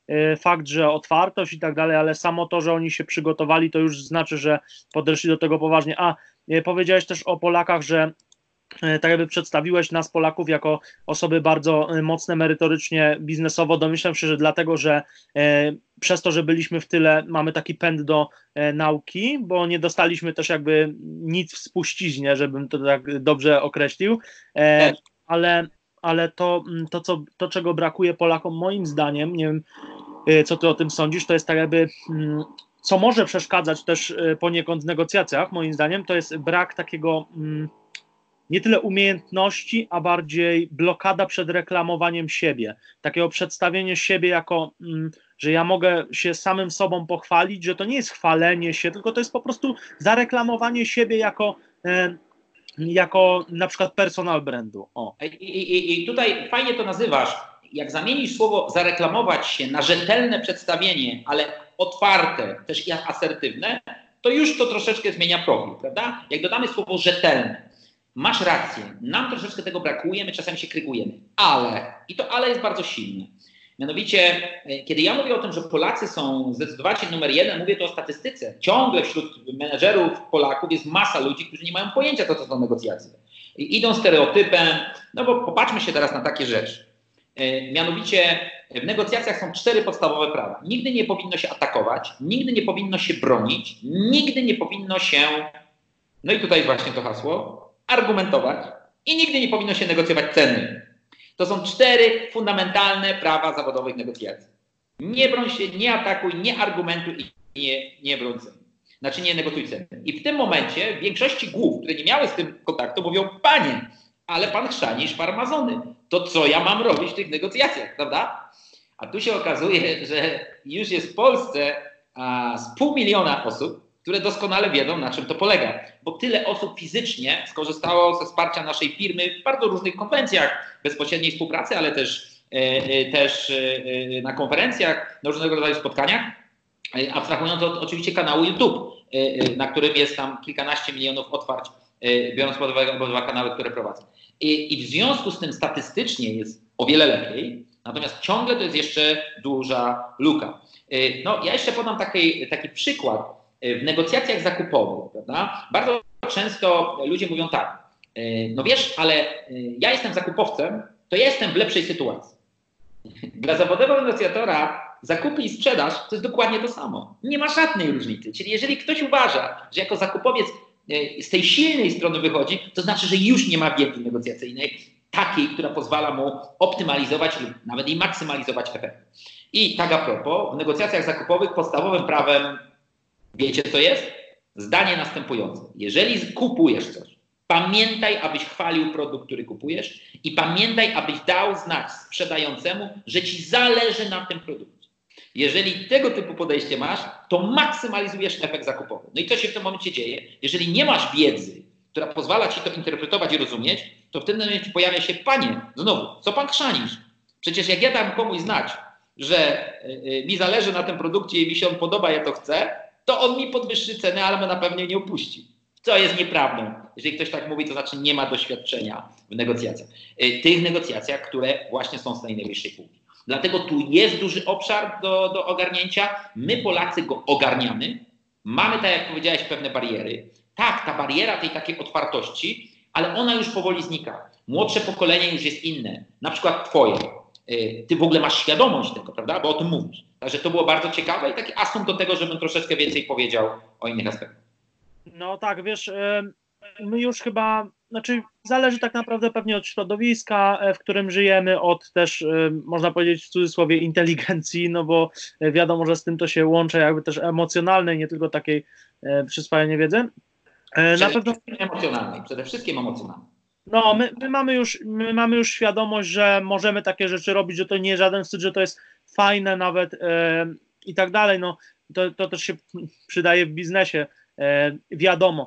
fakt, że otwartość i tak dalej, ale samo to, że oni się przygotowali, to już znaczy, że podeszli do tego poważnie. A powiedziałeś też o Polakach, że tak jakby przedstawiłeś nas Polaków jako osoby bardzo mocne merytorycznie, biznesowo. Domyślam się, że dlatego, że e, przez to, że byliśmy w tyle, mamy taki pęd do e, nauki, bo nie dostaliśmy też jakby nic w spuściźnie, żebym to tak dobrze określił, e, ale, ale to, to, co, to, czego brakuje Polakom moim zdaniem, nie wiem, e, co ty o tym sądzisz, to jest tak jakby... Mm, co może przeszkadzać też poniekąd w negocjacjach, moim zdaniem, to jest brak takiego... Mm, nie tyle umiejętności, a bardziej blokada przed reklamowaniem siebie. Takiego przedstawienie siebie jako, że ja mogę się samym sobą pochwalić, że to nie jest chwalenie się, tylko to jest po prostu zareklamowanie siebie jako, jako na przykład personal brandu. O. I, i, I tutaj fajnie to nazywasz. Jak zamienisz słowo zareklamować się na rzetelne przedstawienie, ale otwarte, też i asertywne, to już to troszeczkę zmienia profil, prawda? Jak dodamy słowo rzetelne, masz rację, nam troszeczkę tego brakuje, my czasami się krygujemy, ale, i to ale jest bardzo silne. Mianowicie, kiedy ja mówię o tym, że Polacy są zdecydowanie numer jeden, mówię to o statystyce. Ciągle wśród menedżerów Polaków jest masa ludzi, którzy nie mają pojęcia, co to są negocjacje. I idą stereotypem, no bo popatrzmy się teraz na takie rzeczy. Mianowicie w negocjacjach są cztery podstawowe prawa. Nigdy nie powinno się atakować, nigdy nie powinno się bronić, nigdy nie powinno się, no i tutaj właśnie to hasło, argumentować i nigdy nie powinno się negocjować ceny. To są cztery fundamentalne prawa zawodowych negocjacji. Nie broń się, nie atakuj, nie argumentuj i nie, nie broń ceny. Znaczy nie negocjuj ceny. I w tym momencie w większości głów, które nie miały z tym kontaktu, mówią: panie, ale pan chrzanisz farmazony. To co ja mam robić w tych negocjacjach, prawda? A tu się okazuje, że już jest w Polsce a, z pół miliona osób, które doskonale wiedzą, na czym to polega. Bo tyle osób fizycznie skorzystało ze wsparcia naszej firmy w bardzo różnych konwencjach bezpośredniej współpracy, ale też, e, też e, na konferencjach, na różnego rodzaju spotkaniach, e, abstrahując od oczywiście kanału YouTube, e, na którym jest tam kilkanaście milionów otwarć, e, biorąc pod uwagę dwa kanały, które prowadzę. I, I w związku z tym statystycznie jest o wiele lepiej, natomiast ciągle to jest jeszcze duża luka. E, no, ja jeszcze podam taki, taki przykład. W negocjacjach zakupowych, prawda, bardzo często ludzie mówią tak: no wiesz, ale ja jestem zakupowcem, to ja jestem w lepszej sytuacji. Dla zawodowego negocjatora zakupy i sprzedaż to jest dokładnie to samo. Nie ma żadnej różnicy. Czyli jeżeli ktoś uważa, że jako zakupowiec z tej silnej strony wychodzi, to znaczy, że już nie ma wiedzy negocjacyjnej takiej, która pozwala mu optymalizować lub nawet i maksymalizować efekt. I tak a propos, w negocjacjach zakupowych podstawowym prawem, wiecie co jest? Zdanie następujące. Jeżeli kupujesz coś, pamiętaj, abyś chwalił produkt, który kupujesz i pamiętaj, abyś dał znać sprzedającemu, że ci zależy na tym produkcie. Jeżeli tego typu podejście masz, to maksymalizujesz efekt zakupowy. No i co się w tym momencie dzieje? Jeżeli nie masz wiedzy, która pozwala ci to interpretować i rozumieć, to w tym momencie pojawia się: panie, znowu, co pan chrzanisz? Przecież jak ja dam komuś znać, że yy, mi zależy na tym produkcie i mi się on podoba, ja to chcę, to on mi podwyższy cenę, ale na pewno nie opuści. Co jest nieprawdą. Jeżeli ktoś tak mówi, to znaczy nie ma doświadczenia w negocjacjach. Tych negocjacjach, które właśnie są z tej najwyższej półki. Dlatego tu jest duży obszar do, do ogarnięcia. My Polacy go ogarniamy. Mamy, tak jak powiedziałeś, pewne bariery. Tak, ta bariera tej takiej otwartości, ale ona już powoli znika. Młodsze pokolenie już jest inne. Na przykład twoje. Ty w ogóle masz świadomość tego, prawda? Bo o tym mówisz. Także to było bardzo ciekawe i taki asumpt do tego, żebym troszeczkę więcej powiedział o innych aspektach. No tak, wiesz, my już chyba, znaczy zależy tak naprawdę pewnie od środowiska, w którym żyjemy, od też, można powiedzieć w cudzysłowie, inteligencji, no bo wiadomo, że z tym to się łączy jakby też emocjonalnej, nie tylko takiej przyswajania wiedzy. Na pewno emocjonalnej, przede wszystkim emocjonalnej. No, my, my, mamy już, my mamy już świadomość, że możemy takie rzeczy robić, że to nie jest żaden wstyd, że to jest fajne nawet e, i tak dalej. No, to, to też się przydaje w biznesie, e, wiadomo.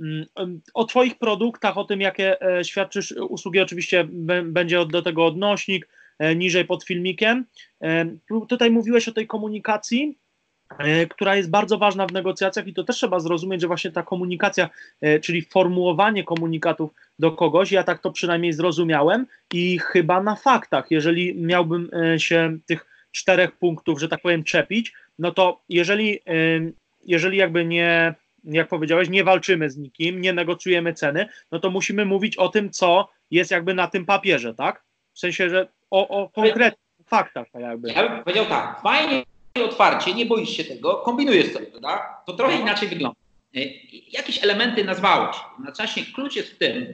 O twoich produktach, o tym, jakie e, świadczysz usługi, oczywiście b, będzie od, do tego odnośnik, e, niżej pod filmikiem. E, tutaj mówiłeś o tej komunikacji, która jest bardzo ważna w negocjacjach i to też trzeba zrozumieć, że właśnie ta komunikacja, czyli formułowanie komunikatów do kogoś, ja tak to przynajmniej zrozumiałem i chyba na faktach, jeżeli miałbym się tych czterech punktów, że tak powiem, czepić, no to jeżeli, jeżeli jakby nie, jak powiedziałeś, nie walczymy z nikim, nie negocjujemy ceny, no to musimy mówić o tym, co jest jakby na tym papierze, tak? W sensie, że o, o konkretnych faktach. Tak jakby. Ja bym powiedział tak, fajnie i otwarcie, nie boisz się tego, kombinujesz sobie, prawda? To trochę inaczej wygląda. Jakieś elementy nazwałeś. Jednocześnie klucz jest w tym,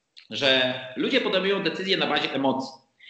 że ludzie podejmują decyzje na bazie emocji.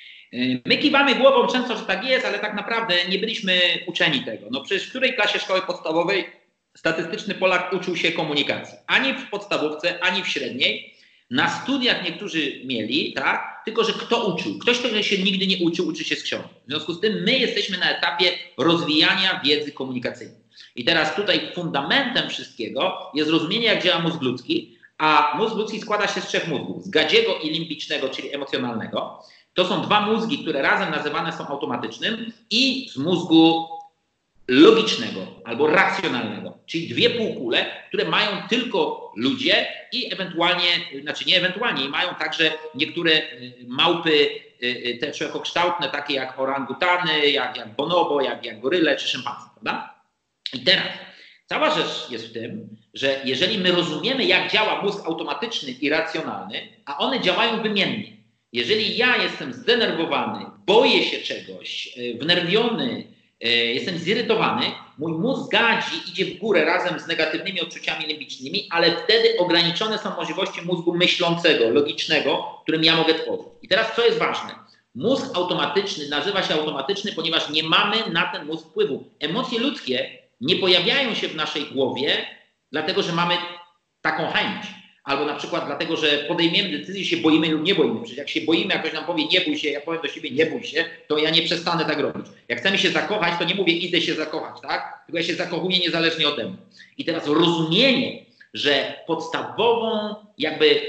My kiwamy głową często, że tak jest, ale tak naprawdę nie byliśmy uczeni tego. No przecież w której klasie szkoły podstawowej statystyczny Polak uczył się komunikacji? Ani w podstawówce, ani w średniej. Na studiach niektórzy mieli, tak? Tylko że kto uczył? Ktoś, kto się nigdy nie uczył, uczy się z książek. W związku z tym my jesteśmy na etapie rozwijania wiedzy komunikacyjnej. I teraz tutaj fundamentem wszystkiego jest rozumienie, jak działa mózg ludzki, a mózg ludzki składa się z trzech mózgów. Z gadziego i limbicznego, czyli emocjonalnego. To są dwa mózgi, które razem nazywane są automatycznym, i z mózgu logicznego albo racjonalnego, czyli dwie półkule, które mają tylko ludzie i ewentualnie, znaczy nie ewentualnie, mają także niektóre małpy te człowiekokształtne, takie jak orangutany, jak, jak bonobo, jak, jak goryle czy szympanse, prawda? I teraz cała rzecz jest w tym, że jeżeli my rozumiemy, jak działa mózg automatyczny i racjonalny, a one działają wymiennie. Jeżeli ja jestem zdenerwowany, boję się czegoś, wnerwiony, jestem zirytowany, mój mózg gadzi, idzie w górę razem z negatywnymi odczuciami limbicznymi, ale wtedy ograniczone są możliwości mózgu myślącego, logicznego, którym ja mogę tworzyć. I teraz co jest ważne? Mózg automatyczny nazywa się automatyczny, ponieważ nie mamy na ten mózg wpływu. Emocje ludzkie nie pojawiają się w naszej głowie, dlatego że mamy taką chęć. Albo na przykład dlatego, że podejmiemy decyzję, się boimy lub nie boimy. Przecież jak się boimy, jak ktoś nam powie nie bój się, ja powiem do siebie nie bój się, to ja nie przestanę tak robić. Jak chcemy się zakochać, to nie mówię idę się zakochać, tak? Tylko ja się zakochuję niezależnie ode mnie. I teraz rozumienie, że podstawową jakby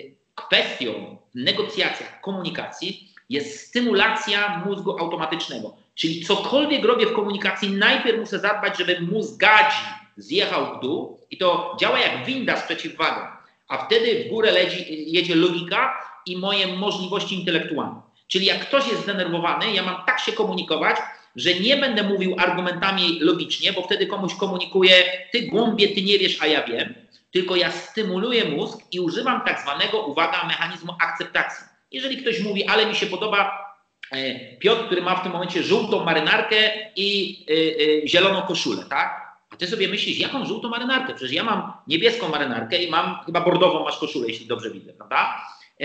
kwestią w negocjacjach, komunikacji jest stymulacja mózgu automatycznego. Czyli cokolwiek robię w komunikacji, najpierw muszę zadbać, żeby mózg gadzi zjechał w dół i to działa jak winda z przeciwwagą. A wtedy w górę leci, jedzie logika i moje możliwości intelektualne. Czyli jak ktoś jest zdenerwowany, ja mam tak się komunikować, że nie będę mówił argumentami logicznie, bo wtedy komuś komunikuję, ty głąbie, ty nie wiesz, a ja wiem, tylko ja stymuluję mózg i używam tak zwanego, uwaga, mechanizmu akceptacji. Jeżeli ktoś mówi, ale mi się podoba e, Piotr, który ma w tym momencie żółtą marynarkę i e, e, zieloną koszulę, tak? A ty sobie myślisz, jaką żółtą marynarkę? Przecież ja mam niebieską marynarkę i mam chyba bordową masz koszulę, jeśli dobrze widzę, prawda? E,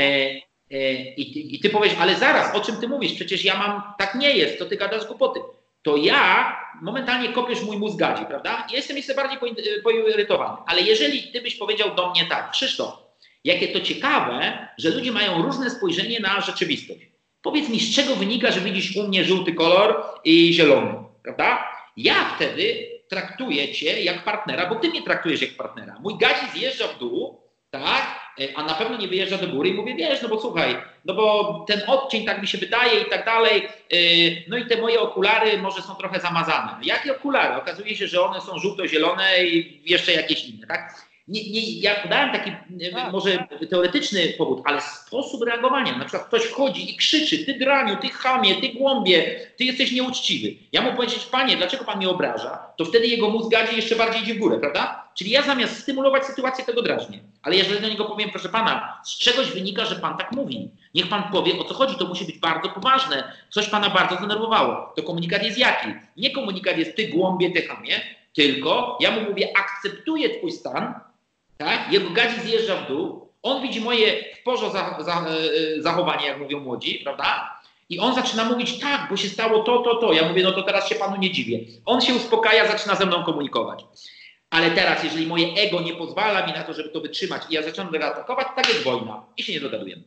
e, i, I ty powiesz, ale zaraz, o czym ty mówisz? Przecież ja mam, tak nie jest, to ty gadasz głupoty. To ja momentalnie kopiesz mój mózg gadzi, prawda? Ja jestem jeszcze bardziej poirytowany. Ale jeżeli ty byś powiedział do mnie tak, Krzysztof, jakie to ciekawe, że ludzie mają różne spojrzenie na rzeczywistość. Powiedz mi, z czego wynika, że widzisz u mnie żółty kolor i zielony, prawda? Ja wtedy traktuję cię jak partnera, bo ty mnie traktujesz jak partnera. Mój gadzi zjeżdża w dół, tak, a na pewno nie wyjeżdża do góry i mówię, wiesz, no bo słuchaj, no bo ten odcień tak mi się wydaje i tak dalej, no i te moje okulary może są trochę zamazane. Jakie okulary? Okazuje się, że one są żółto-zielone i jeszcze jakieś inne, tak? Nie, nie, ja podałem taki tak, może tak. teoretyczny powód, ale sposób reagowania. Na przykład ktoś wchodzi i krzyczy, ty draniu, ty chamie, ty głąbie, ty jesteś nieuczciwy. Ja mu powiedzieć, panie, dlaczego pan mnie obraża? To wtedy jego mózg gadzi jeszcze bardziej idzie w górę, prawda? Czyli ja zamiast stymulować sytuację, tego drażnię. Ale jeżeli do niego powiem, proszę pana, z czegoś wynika, że pan tak mówi. Niech pan powie, o co chodzi, to musi być bardzo poważne. Coś pana bardzo zdenerwowało. To komunikat jest jaki? Nie komunikat jest ty głąbie, ty chamie, tylko ja mu mówię, akceptuję twój stan, tak? Jego gadzi zjeżdża w dół, on widzi moje w porze za, za, zachowanie, jak mówią młodzi, prawda? I on zaczyna mówić, tak, bo się stało to, to, to. Ja mówię, no to teraz się panu nie dziwię. On się uspokaja, zaczyna ze mną komunikować. Ale teraz, jeżeli moje ego nie pozwala mi na to, żeby to wytrzymać i ja zaczynam atakować, tak jest wojna i się nie dogadujemy.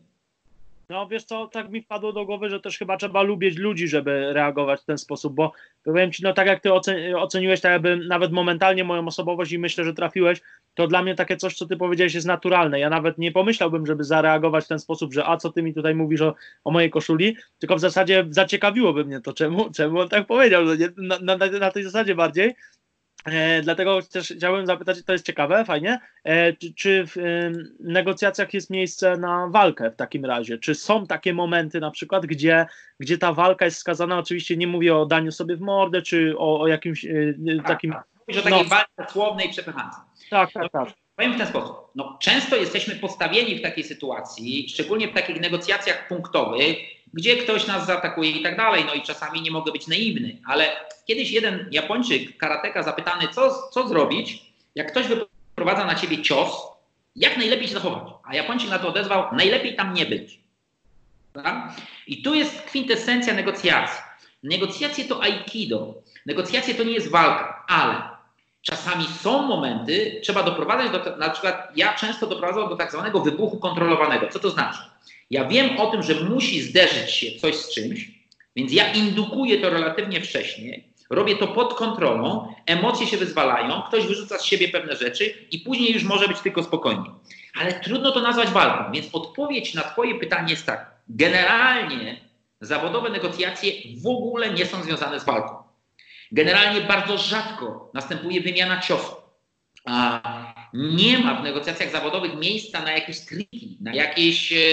No wiesz co, tak mi wpadło do głowy, że też chyba trzeba lubić ludzi, żeby reagować w ten sposób, bo powiem ci, no tak jak ty oceniłeś tak jakby nawet momentalnie moją osobowość i myślę, że trafiłeś, to dla mnie takie coś, co ty powiedziałeś, jest naturalne. Ja nawet nie pomyślałbym, żeby zareagować w ten sposób, że a co ty mi tutaj mówisz o, o mojej koszuli, tylko w zasadzie zaciekawiłoby mnie to, czemu, czemu on tak powiedział, no nie, na, na, na tej zasadzie bardziej. E, dlatego też chciałbym zapytać, to jest ciekawe, fajnie, e, czy, czy w e, negocjacjach jest miejsce na walkę w takim razie? Czy są takie momenty na przykład, gdzie, gdzie ta walka jest skazana? Oczywiście nie mówię o daniu sobie w mordę, czy o, o jakimś e, takim... Mówisz o takiej no, walce słownej przepychance. Tak, tak, tak. Powiem w ten sposób. No, często jesteśmy postawieni w takiej sytuacji, szczególnie w takich negocjacjach punktowych, gdzie ktoś nas zaatakuje i tak dalej, no i czasami nie mogę być naiwny, ale kiedyś jeden Japończyk, karateka, zapytany, co, co zrobić, jak ktoś wyprowadza na ciebie cios, jak najlepiej się zachować? A Japończyk na to odezwał, najlepiej tam nie być. Tak? I tu jest kwintesencja negocjacji. Negocjacje to aikido, negocjacje to nie jest walka, ale czasami są momenty, trzeba doprowadzać do, na przykład ja często doprowadzam do tak zwanego wybuchu kontrolowanego. Co to znaczy? Ja wiem o tym, że musi zderzyć się coś z czymś, więc ja indukuję to relatywnie wcześnie, robię to pod kontrolą, emocje się wyzwalają, ktoś wyrzuca z siebie pewne rzeczy i później już może być tylko spokojnie. Ale trudno to nazwać walką, więc odpowiedź na twoje pytanie jest tak. Generalnie zawodowe negocjacje w ogóle nie są związane z walką. Generalnie bardzo rzadko następuje wymiana ciosów. A nie ma w negocjacjach zawodowych miejsca na jakieś triki, na jakieś e,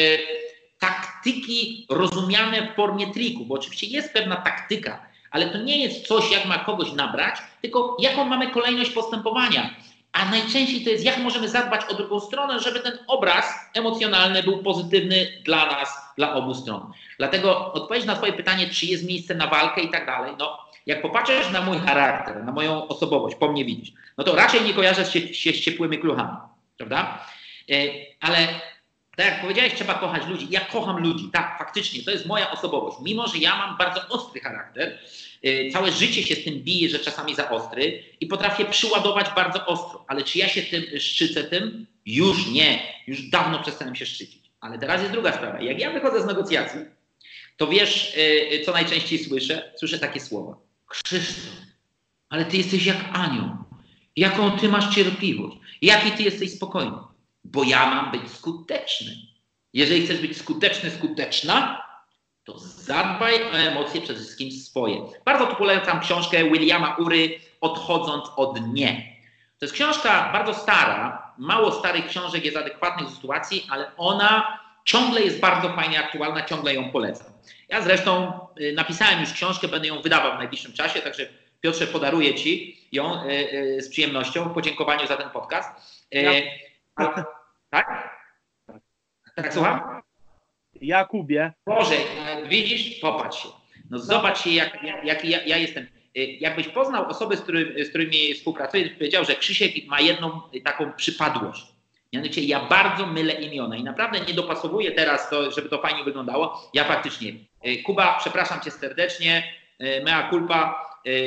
taktyki rozumiane w formie triku, bo oczywiście jest pewna taktyka, ale to nie jest coś, jak ma kogoś nabrać, tylko jaką mamy kolejność postępowania. A najczęściej to jest, jak możemy zadbać o drugą stronę, żeby ten obraz emocjonalny był pozytywny dla nas, dla obu stron. Dlatego odpowiedź na twoje pytanie, czy jest miejsce na walkę i tak dalej, no jak popatrzysz na mój charakter, na moją osobowość, po mnie widzisz, no to raczej nie kojarzę się, się z ciepłymi kluchami, prawda? Ale tak jak powiedziałeś, trzeba kochać ludzi. Ja kocham ludzi, tak, faktycznie, to jest moja osobowość. Mimo że ja mam bardzo ostry charakter, całe życie się z tym bije, że czasami za ostry i potrafię przyładować bardzo ostro. Ale czy ja się tym szczycę tym? Już nie. Już dawno przestałem się szczycić. Ale teraz jest druga sprawa. Jak ja wychodzę z negocjacji, to wiesz, co najczęściej słyszę? Słyszę takie słowa. Krzysztof, ale ty jesteś jak anioł. Jaką ty masz cierpliwość. Jaki ty jesteś spokojny. Bo ja mam być skuteczny. Jeżeli chcesz być skuteczny, skuteczna, to zadbaj o emocje, przede wszystkim swoje. Bardzo tu polecam książkę Williama Ury Odchodząc od nie. To jest książka bardzo stara, mało starych książek jest adekwatnych do sytuacji, ale ona ciągle jest bardzo fajnie aktualna, ciągle ją polecam. Ja zresztą y, napisałem już książkę, będę ją wydawał w najbliższym czasie, także Piotrze, podaruję ci ją y, y, z przyjemnością w podziękowaniu za ten podcast. Y, ja. a, tak? Tak, słucham? Jakubie. Boże, widzisz? Popatrz się. No zobacz się, jak, jak, jak ja, ja jestem. Jakbyś poznał osoby, z, który, z którymi współpracuję, powiedział, że Krzysiek ma jedną taką przypadłość. Mianowicie ja bardzo mylę imiona i naprawdę nie dopasowuję teraz to, żeby to fajnie wyglądało. Ja faktycznie. Kuba, przepraszam cię serdecznie, mea culpa,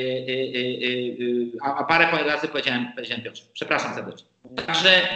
a, a parę razy powiedziałem, powiedziałem Piotrze. Przepraszam serdecznie. Także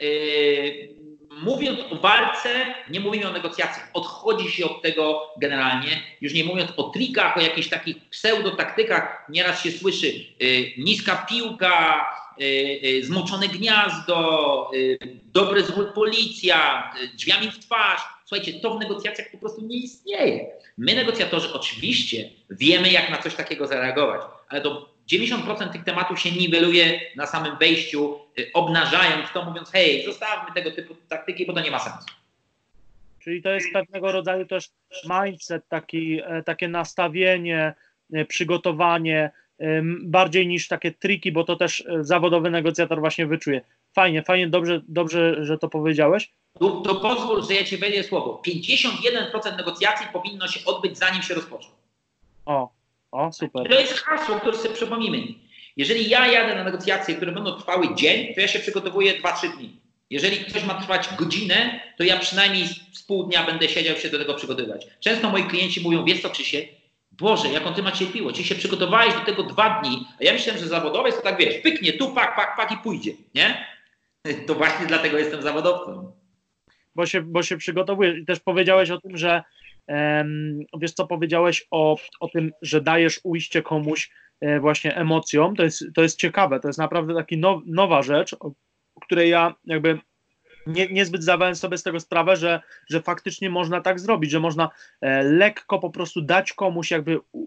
mówiąc o walce, nie mówimy o negocjacjach. Odchodzi się od tego generalnie. Już nie mówiąc o trikach, o jakichś takich pseudotaktykach. Nieraz się słyszy y, niska piłka, y, y, zmoczone gniazdo, y, dobry zwód policja, y, drzwiami w twarz. Słuchajcie, to w negocjacjach po prostu nie istnieje. My negocjatorzy oczywiście wiemy, jak na coś takiego zareagować, ale to dziewięćdziesiąt procent tych tematów się niweluje na samym wejściu, obnażając to, mówiąc hej, zostawmy tego typu taktyki, bo to nie ma sensu. Czyli to jest pewnego rodzaju też mindset, taki, takie nastawienie, przygotowanie, bardziej niż takie triki, bo to też zawodowy negocjator właśnie wyczuje. Fajnie, fajnie, dobrze, dobrze, że to powiedziałeś. To, to pozwól, że ja ci wejdę słowo. pięćdziesiąt jeden procent negocjacji powinno się odbyć, zanim się rozpocznie. O, o, super. To jest hasło, które sobie przypomnimy. Jeżeli ja jadę na negocjacje, które będą trwały dzień, to ja się przygotowuję dwa trzy dni. Jeżeli coś ma trwać godzinę, to ja przynajmniej z pół dnia będę siedział się do tego przygotowywać. Często moi klienci mówią, wiesz co Krzysiek, Boże, jaką ty masz cierpliwość, czy się przygotowałeś do tego dwa dni, a ja myślałem, że zawodowiec to tak wiesz, pyknie tu, pak, pak, pak i pójdzie, nie? To właśnie dlatego jestem zawodowcem. Bo się, bo się przygotowujesz i też powiedziałeś o tym, że um, wiesz co, powiedziałeś o, o tym, że dajesz ujście komuś e, właśnie emocjom, to jest, to jest ciekawe, to jest naprawdę taka now, nowa rzecz, o, o której ja jakby nie, niezbyt zdawałem sobie z tego sprawę, że, że faktycznie można tak zrobić, że można e, lekko po prostu dać komuś jakby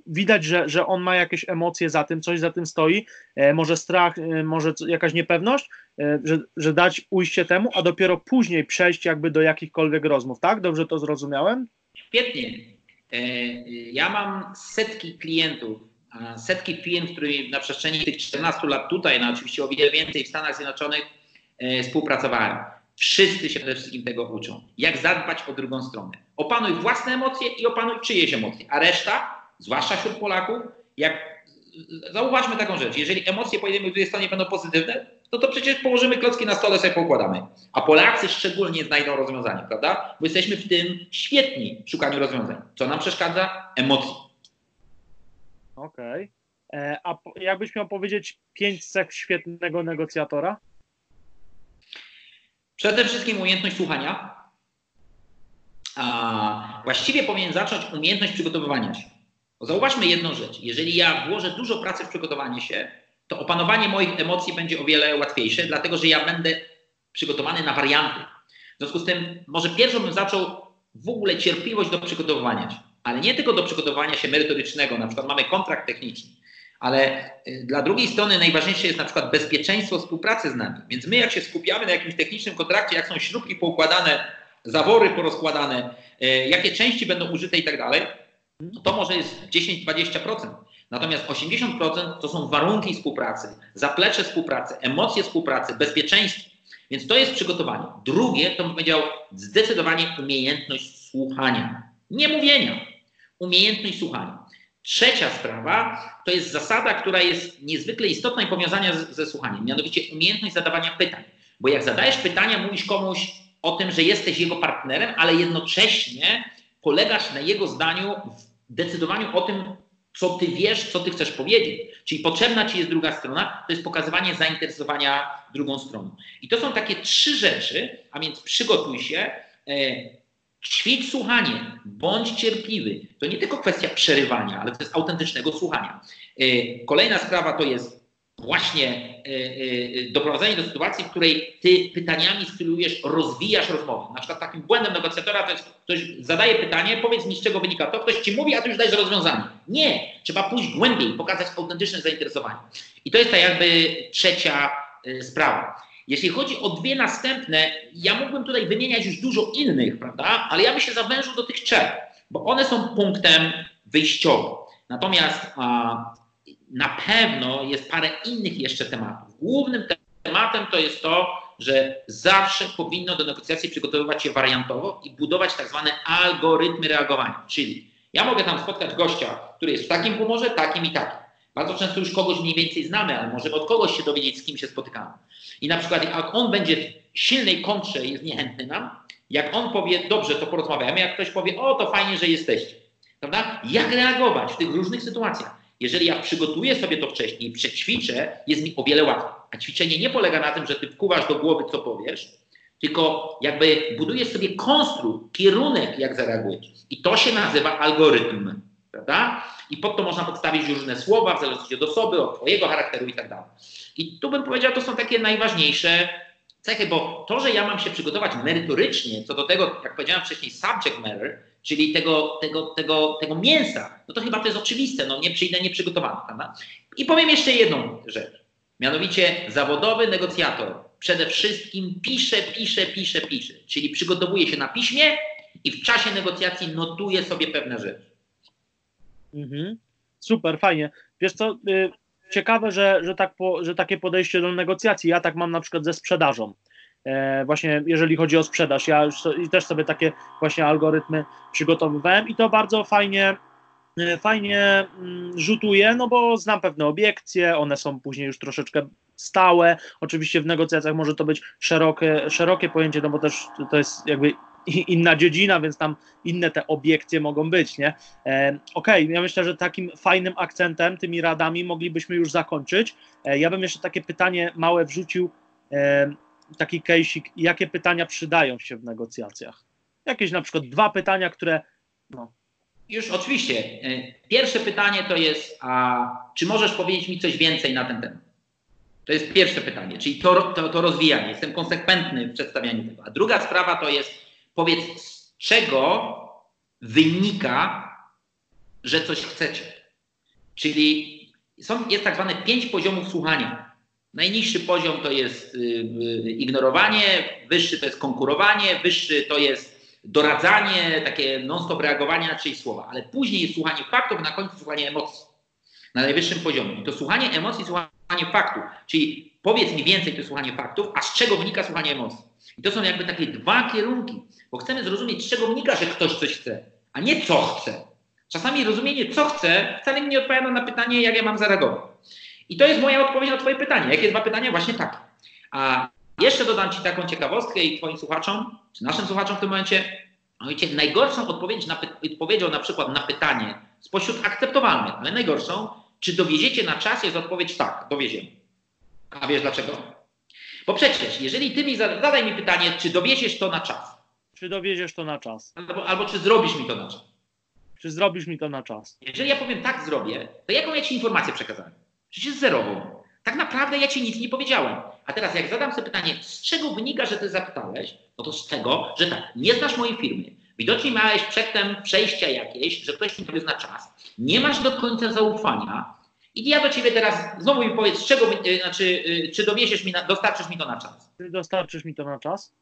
widać, że, że on ma jakieś emocje za tym, coś za tym stoi, e, może strach, e, może jakaś niepewność, e, że, że dać ujście temu, a dopiero później przejść jakby do jakichkolwiek rozmów, tak? Dobrze to zrozumiałem? Świetnie. E, ja mam setki klientów, setki firm, z którymi na przestrzeni tych czternastu lat tutaj, no oczywiście o wiele więcej w Stanach Zjednoczonych e, współpracowałem. Wszyscy się przede wszystkim tego uczą. Jak zadbać o drugą stronę. Opanuj własne emocje i opanuj czyjeś emocje. A reszta, zwłaszcza wśród Polaków, jak zauważmy taką rzecz. Jeżeli emocje po jednej i drugiej stronie będą pozytywne, no to przecież położymy klocki na stole, sobie poukładamy. A Polacy szczególnie znajdą rozwiązanie, prawda? Bo jesteśmy w tym świetni w szukaniu rozwiązań. Co nam przeszkadza? Emocje. Okej. Okay. A jakbyś miał powiedzieć pięć cech świetnego negocjatora? Przede wszystkim umiejętność słuchania. A właściwie powinien zacząć umiejętność przygotowywania się. Bo zauważmy jedną rzecz. Jeżeli ja włożę dużo pracy w przygotowanie się, to opanowanie moich emocji będzie o wiele łatwiejsze, dlatego że ja będę przygotowany na warianty. W związku z tym może pierwszą bym zaczął w ogóle cierpliwość do przygotowywania się. Ale nie tylko do przygotowania się merytorycznego, na przykład mamy kontrakt techniczny, ale dla drugiej strony najważniejsze jest na przykład bezpieczeństwo współpracy z nami. Więc my jak się skupiamy na jakimś technicznym kontrakcie, jak są śrubki poukładane, zawory porozkładane, jakie części będą użyte i tak dalej, to może jest dziesięć do dwudziestu procent. Natomiast osiemdziesiąt procent to są warunki współpracy, zaplecze współpracy, emocje współpracy, bezpieczeństwo. Więc to jest przygotowanie. Drugie to bym powiedział zdecydowanie umiejętność słuchania. Nie mówienia. Umiejętność słuchania. Trzecia sprawa to jest zasada, która jest niezwykle istotna i powiązana z, ze słuchaniem. Mianowicie umiejętność zadawania pytań. Bo jak zadajesz pytania, mówisz komuś o tym, że jesteś jego partnerem, ale jednocześnie polegasz na jego zdaniu w decydowaniu o tym, co ty wiesz, co ty chcesz powiedzieć. Czyli potrzebna ci jest druga strona, to jest pokazywanie zainteresowania drugą stroną. I to są takie trzy rzeczy, a więc przygotuj się, e, ćwicz słuchanie, bądź cierpliwy. To nie tylko kwestia przerywania, ale to jest autentycznego słuchania. E, kolejna sprawa to jest właśnie e, e, doprowadzenie do sytuacji, w której ty pytaniami stylujesz, rozwijasz rozmowę. Na przykład takim błędem negocjatora to jest, ktoś zadaje pytanie, powiedz mi, z czego wynika to, ktoś ci mówi, a ty już dajesz rozwiązanie. Nie, trzeba pójść głębiej, pokazać autentyczne zainteresowanie. I to jest ta jakby trzecia e, sprawa. Jeśli chodzi o dwie następne, ja mógłbym tutaj wymieniać już dużo innych, prawda, ale ja bym się zawężył do tych trzech, bo one są punktem wyjściowym. Natomiast a, na pewno jest parę innych jeszcze tematów. Głównym tematem to jest to, że zawsze powinno do negocjacji przygotowywać się wariantowo i budować tak zwane algorytmy reagowania. Czyli ja mogę tam spotkać gościa, który jest w takim humorze, takim i takim. Bardzo często już kogoś mniej więcej znamy, ale możemy od kogoś się dowiedzieć, z kim się spotykamy. I na przykład jak on będzie w silnej kontrze, jest niechętny nam, jak on powie, dobrze, to porozmawiamy, jak ktoś powie, o, to fajnie, że jesteście. Prawda? Jak reagować w tych różnych sytuacjach? Jeżeli ja przygotuję sobie to wcześniej, przećwiczę, jest mi o wiele łatwiej. A ćwiczenie nie polega na tym, że ty wkuwasz do głowy, co powiesz, tylko jakby budujesz sobie konstrukt, kierunek, jak zareagujesz. I to się nazywa algorytm. Prawda? I pod to można podstawić różne słowa, w zależności od osoby, od twojego charakteru i tak dalej. I tu bym powiedział, to są takie najważniejsze cechy, bo to, że ja mam się przygotować merytorycznie, co do tego, jak powiedziałem wcześniej, subject matter, czyli tego, tego, tego, tego mięsa, no to chyba to jest oczywiste, no nie przyjdę nieprzygotowany, prawda? I powiem jeszcze jedną rzecz, mianowicie zawodowy negocjator przede wszystkim pisze, pisze, pisze, pisze, czyli przygotowuje się na piśmie i w czasie negocjacji notuje sobie pewne rzeczy. Mhm. Super, fajnie. Wiesz co, y, ciekawe, że, że, tak po, że takie podejście do negocjacji, ja tak mam na przykład ze sprzedażą. E, właśnie jeżeli chodzi o sprzedaż, ja już so, i też sobie takie właśnie algorytmy przygotowywałem i to bardzo fajnie, y, fajnie mm, rzutuje, no bo znam pewne obiekcje, one są później już troszeczkę stałe. Oczywiście w negocjacjach może to być szerokie, szerokie pojęcie, no bo też to jest jakby inna dziedzina, więc tam inne te obiekcje mogą być, nie? E, Okej, okay, ja myślę, że takim fajnym akcentem, tymi radami moglibyśmy już zakończyć. E, ja bym jeszcze takie pytanie małe wrzucił, e, taki case'ik, jakie pytania przydają się w negocjacjach? Jakieś na przykład dwa pytania, które... No. Już oczywiście. Pierwsze pytanie to jest, a czy możesz powiedzieć mi coś więcej na ten temat? To jest pierwsze pytanie, czyli to, to, to rozwijanie. Jestem konsekwentny w przedstawianiu tego. A druga sprawa to jest, powiedz, z czego wynika, że coś chcecie. Czyli są, jest tak zwane pięć poziomów słuchania. Najniższy poziom to jest y, y, ignorowanie, wyższy to jest konkurowanie, wyższy to jest doradzanie, takie non-stop reagowanie na czyjeś słowa, ale później jest słuchanie faktów, na końcu słuchanie emocji. Na najwyższym poziomie. I to słuchanie emocji, słuchanie faktów. Czyli powiedz mi więcej, to jest słuchanie faktów, a z czego wynika słuchanie emocji. I to są jakby takie dwa kierunki, bo chcemy zrozumieć, z czego wynika, że ktoś coś chce, a nie co chce. Czasami rozumienie, co chce, wcale nie odpowiada na pytanie, jak ja mam zareagować. I to jest moja odpowiedź na twoje pytanie. Jakie dwa pytania? Właśnie takie. A jeszcze dodam ci taką ciekawostkę i twoim słuchaczom, czy naszym słuchaczom w tym momencie, wiecie, najgorszą odpowiedź na, odpowiedzią na przykład na pytanie spośród akceptowalnych, ale najgorszą, czy dowieziecie na czas, jest odpowiedź tak, dowieziemy. A wiesz dlaczego? Bo przecież, jeżeli ty mi zadaj mi pytanie, czy dowieziesz to na czas. Czy dowieziesz to na czas. Albo, albo czy zrobisz mi to na czas. Czy zrobisz mi to na czas. Jeżeli ja powiem tak, zrobię, to jaką ja ci informację przekazałem? Przecież zerową. Tak naprawdę ja ci nic nie powiedziałem. A teraz jak zadam sobie pytanie, z czego wynika, że ty zapytałeś, no to z tego, że tak, nie znasz mojej firmy. Widocznie miałeś przedtem przejścia jakieś, że ktoś mi powie na czas. Nie masz do końca zaufania. I ja do ciebie teraz znowu mi powiedz, z czego, yy, znaczy, yy, czy dowieziesz mi, na, dostarczysz mi to na czas. Czy dostarczysz mi to na czas?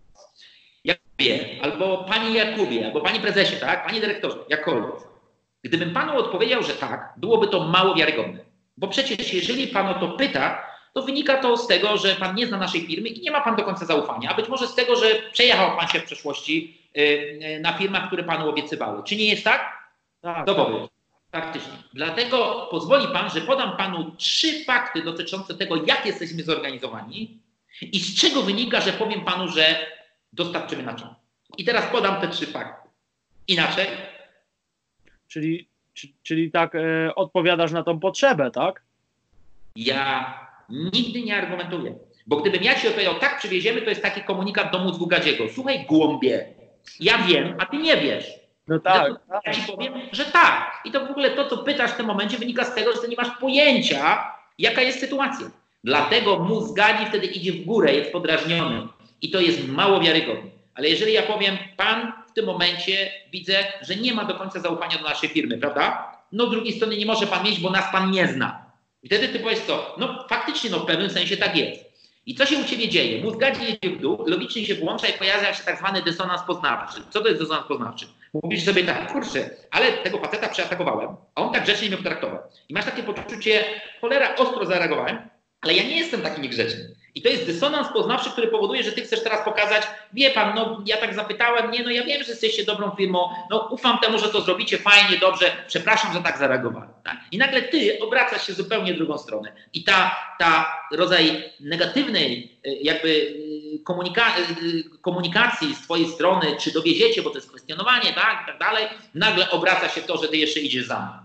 Jakubie, albo pani Jakubie, albo pani prezesie, tak? Panie dyrektorze, jakkolwiek. Gdybym panu odpowiedział, że tak, byłoby to mało wiarygodne. Bo przecież jeżeli pan o to pyta, to wynika to z tego, że pan nie zna naszej firmy i nie ma pan do końca zaufania, a być może z tego, że przejechał pan się w przeszłości yy, na firmach, które panu obiecywały. Czy nie jest tak? Tak. To powiem. Faktycznie. Dlatego pozwoli pan, że podam panu trzy fakty dotyczące tego, jak jesteśmy zorganizowani i z czego wynika, że powiem panu, że dostarczymy na czas. I teraz podam te trzy fakty. Inaczej? Czyli, czyli tak e, odpowiadasz na tą potrzebę, tak? Ja nigdy nie argumentuję. Bo gdybym ja ci odpowiedział, tak przywieziemy, to jest taki komunikat do mózgu gadziego. Słuchaj, głąbie, ja wiem, a ty nie wiesz. No tak. Ja tak. ci powiem, że tak. I to w ogóle to, co pytasz w tym momencie, wynika z tego, że ty nie masz pojęcia, jaka jest sytuacja. Dlatego mózg gadzi wtedy idzie w górę, jest podrażniony. I to jest mało wiarygodne. Ale jeżeli ja powiem, pan w tym momencie widzę, że nie ma do końca zaufania do naszej firmy, prawda? No z drugiej strony nie może pan mieć, bo nas pan nie zna. I wtedy ty powiesz co? No faktycznie, no w pewnym sensie tak jest. I co się u ciebie dzieje? Mózg gadzi jedzie w dół, logicznie się włącza i pojawia się tak zwany dysonans poznawczy. Co to jest dysonans poznawczy? Mówisz sobie tak, kurczę, ale tego faceta przeatakowałem, a on tak grzecznie mnie potraktował. I masz takie poczucie, cholera, ostro zareagowałem, ale ja nie jestem taki niegrzeczny. I to jest dysonans poznawczy, który powoduje, że ty chcesz teraz pokazać, wie pan, no ja tak zapytałem, nie, no ja wiem, że jesteście dobrą firmą, no ufam temu, że to zrobicie fajnie, dobrze, przepraszam, że tak zareagowałem. Tak? I nagle ty obracasz się zupełnie w drugą stronę. I ta, ta rodzaj negatywnej jakby komunika komunikacji z twojej strony, czy dowieziecie, bo to jest kwestionowanie, tak, i tak dalej, nagle obraca się w to, że ty jeszcze idziesz za mną.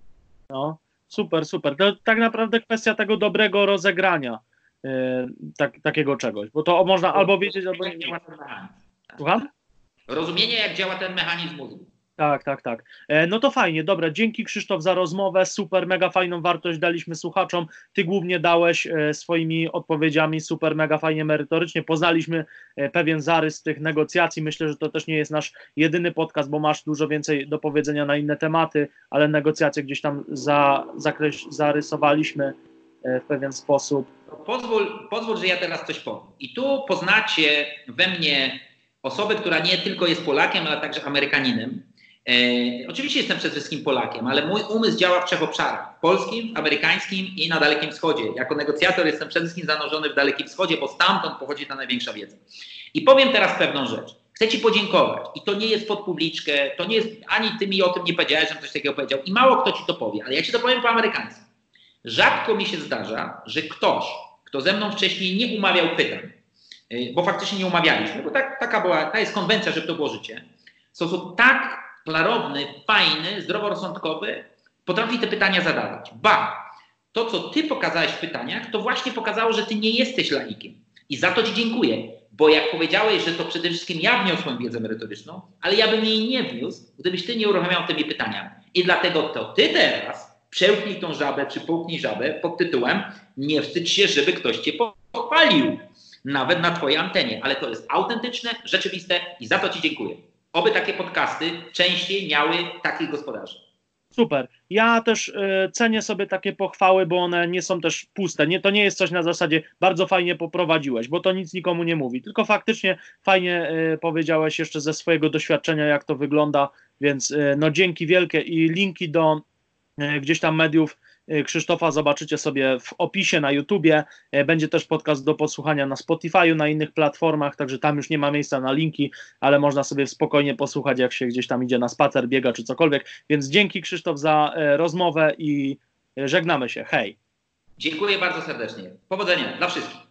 No, super, super. To tak naprawdę kwestia tego dobrego rozegrania. Yy, tak, takiego czegoś, bo to można albo wiedzieć, albo nie wiedzieć. Słucham? Rozumienie, jak działa ten mechanizm mózgu. Tak, tak, tak. E, no to fajnie, dobra, dzięki Krzysztof za rozmowę, super, mega fajną wartość daliśmy słuchaczom, ty głównie dałeś e, swoimi odpowiedziami, super, mega fajnie, merytorycznie, poznaliśmy e, pewien zarys tych negocjacji, myślę, że to też nie jest nasz jedyny podcast, bo masz dużo więcej do powiedzenia na inne tematy, ale negocjacje gdzieś tam za, zakreś, zarysowaliśmy e, w pewien sposób. Pozwól, pozwól, że ja teraz coś powiem. I tu poznacie we mnie osobę, która nie tylko jest Polakiem, ale także Amerykaninem. E, oczywiście jestem przede wszystkim Polakiem, ale mój umysł działa w trzech obszarach. Polskim, amerykańskim i na Dalekim Wschodzie. Jako negocjator jestem przede wszystkim zanurzony w Dalekim Wschodzie, bo stamtąd pochodzi ta największa wiedza. I powiem teraz pewną rzecz. Chcę ci podziękować. I to nie jest pod publiczkę, to nie jest, ani ty mi o tym nie powiedziałeś, żebym coś takiego powiedział. I mało kto ci to powie, ale ja ci to powiem po amerykańsku. Rzadko mi się zdarza, że ktoś, kto ze mną wcześniej nie umawiał pytań, bo faktycznie nie umawialiśmy, bo tak, taka była, ta jest konwencja, żeby to było życie, w sposób tak klarowny, fajny, zdroworozsądkowy, potrafi te pytania zadawać. Ba, to co ty pokazałeś w pytaniach, to właśnie pokazało, że ty nie jesteś laikiem. I za to ci dziękuję, bo jak powiedziałeś, że to przede wszystkim ja wniosłem wiedzę merytoryczną, ale ja bym jej nie wniósł, gdybyś ty nie uruchamiał tymi pytaniami. I dlatego to ty teraz przełknij tą żabę, czy połknij żabę pod tytułem nie wstydź się, żeby ktoś cię pochwalił. Nawet na twojej antenie. Ale to jest autentyczne, rzeczywiste i za to ci dziękuję. Oby takie podcasty częściej miały takich gospodarzy. Super. Ja też y, cenię sobie takie pochwały, bo one nie są też puste. Nie, to nie jest coś na zasadzie bardzo fajnie poprowadziłeś, bo to nic nikomu nie mówi, tylko faktycznie fajnie y, powiedziałeś jeszcze ze swojego doświadczenia, jak to wygląda, więc y, no dzięki wielkie i linki do y, gdzieś tam mediów y, Krzysztofa zobaczycie sobie w opisie na YouTubie. Y, będzie też podcast do podsłuchania na Spotify'u, na innych platformach, także tam już nie ma miejsca na linki, ale można sobie spokojnie posłuchać, jak się gdzieś tam idzie na spacer, biega czy cokolwiek. Więc dzięki, Krzysztof, za e, rozmowę i e, żegnamy się. Hej. Dziękuję bardzo serdecznie. Powodzenia dla wszystkich.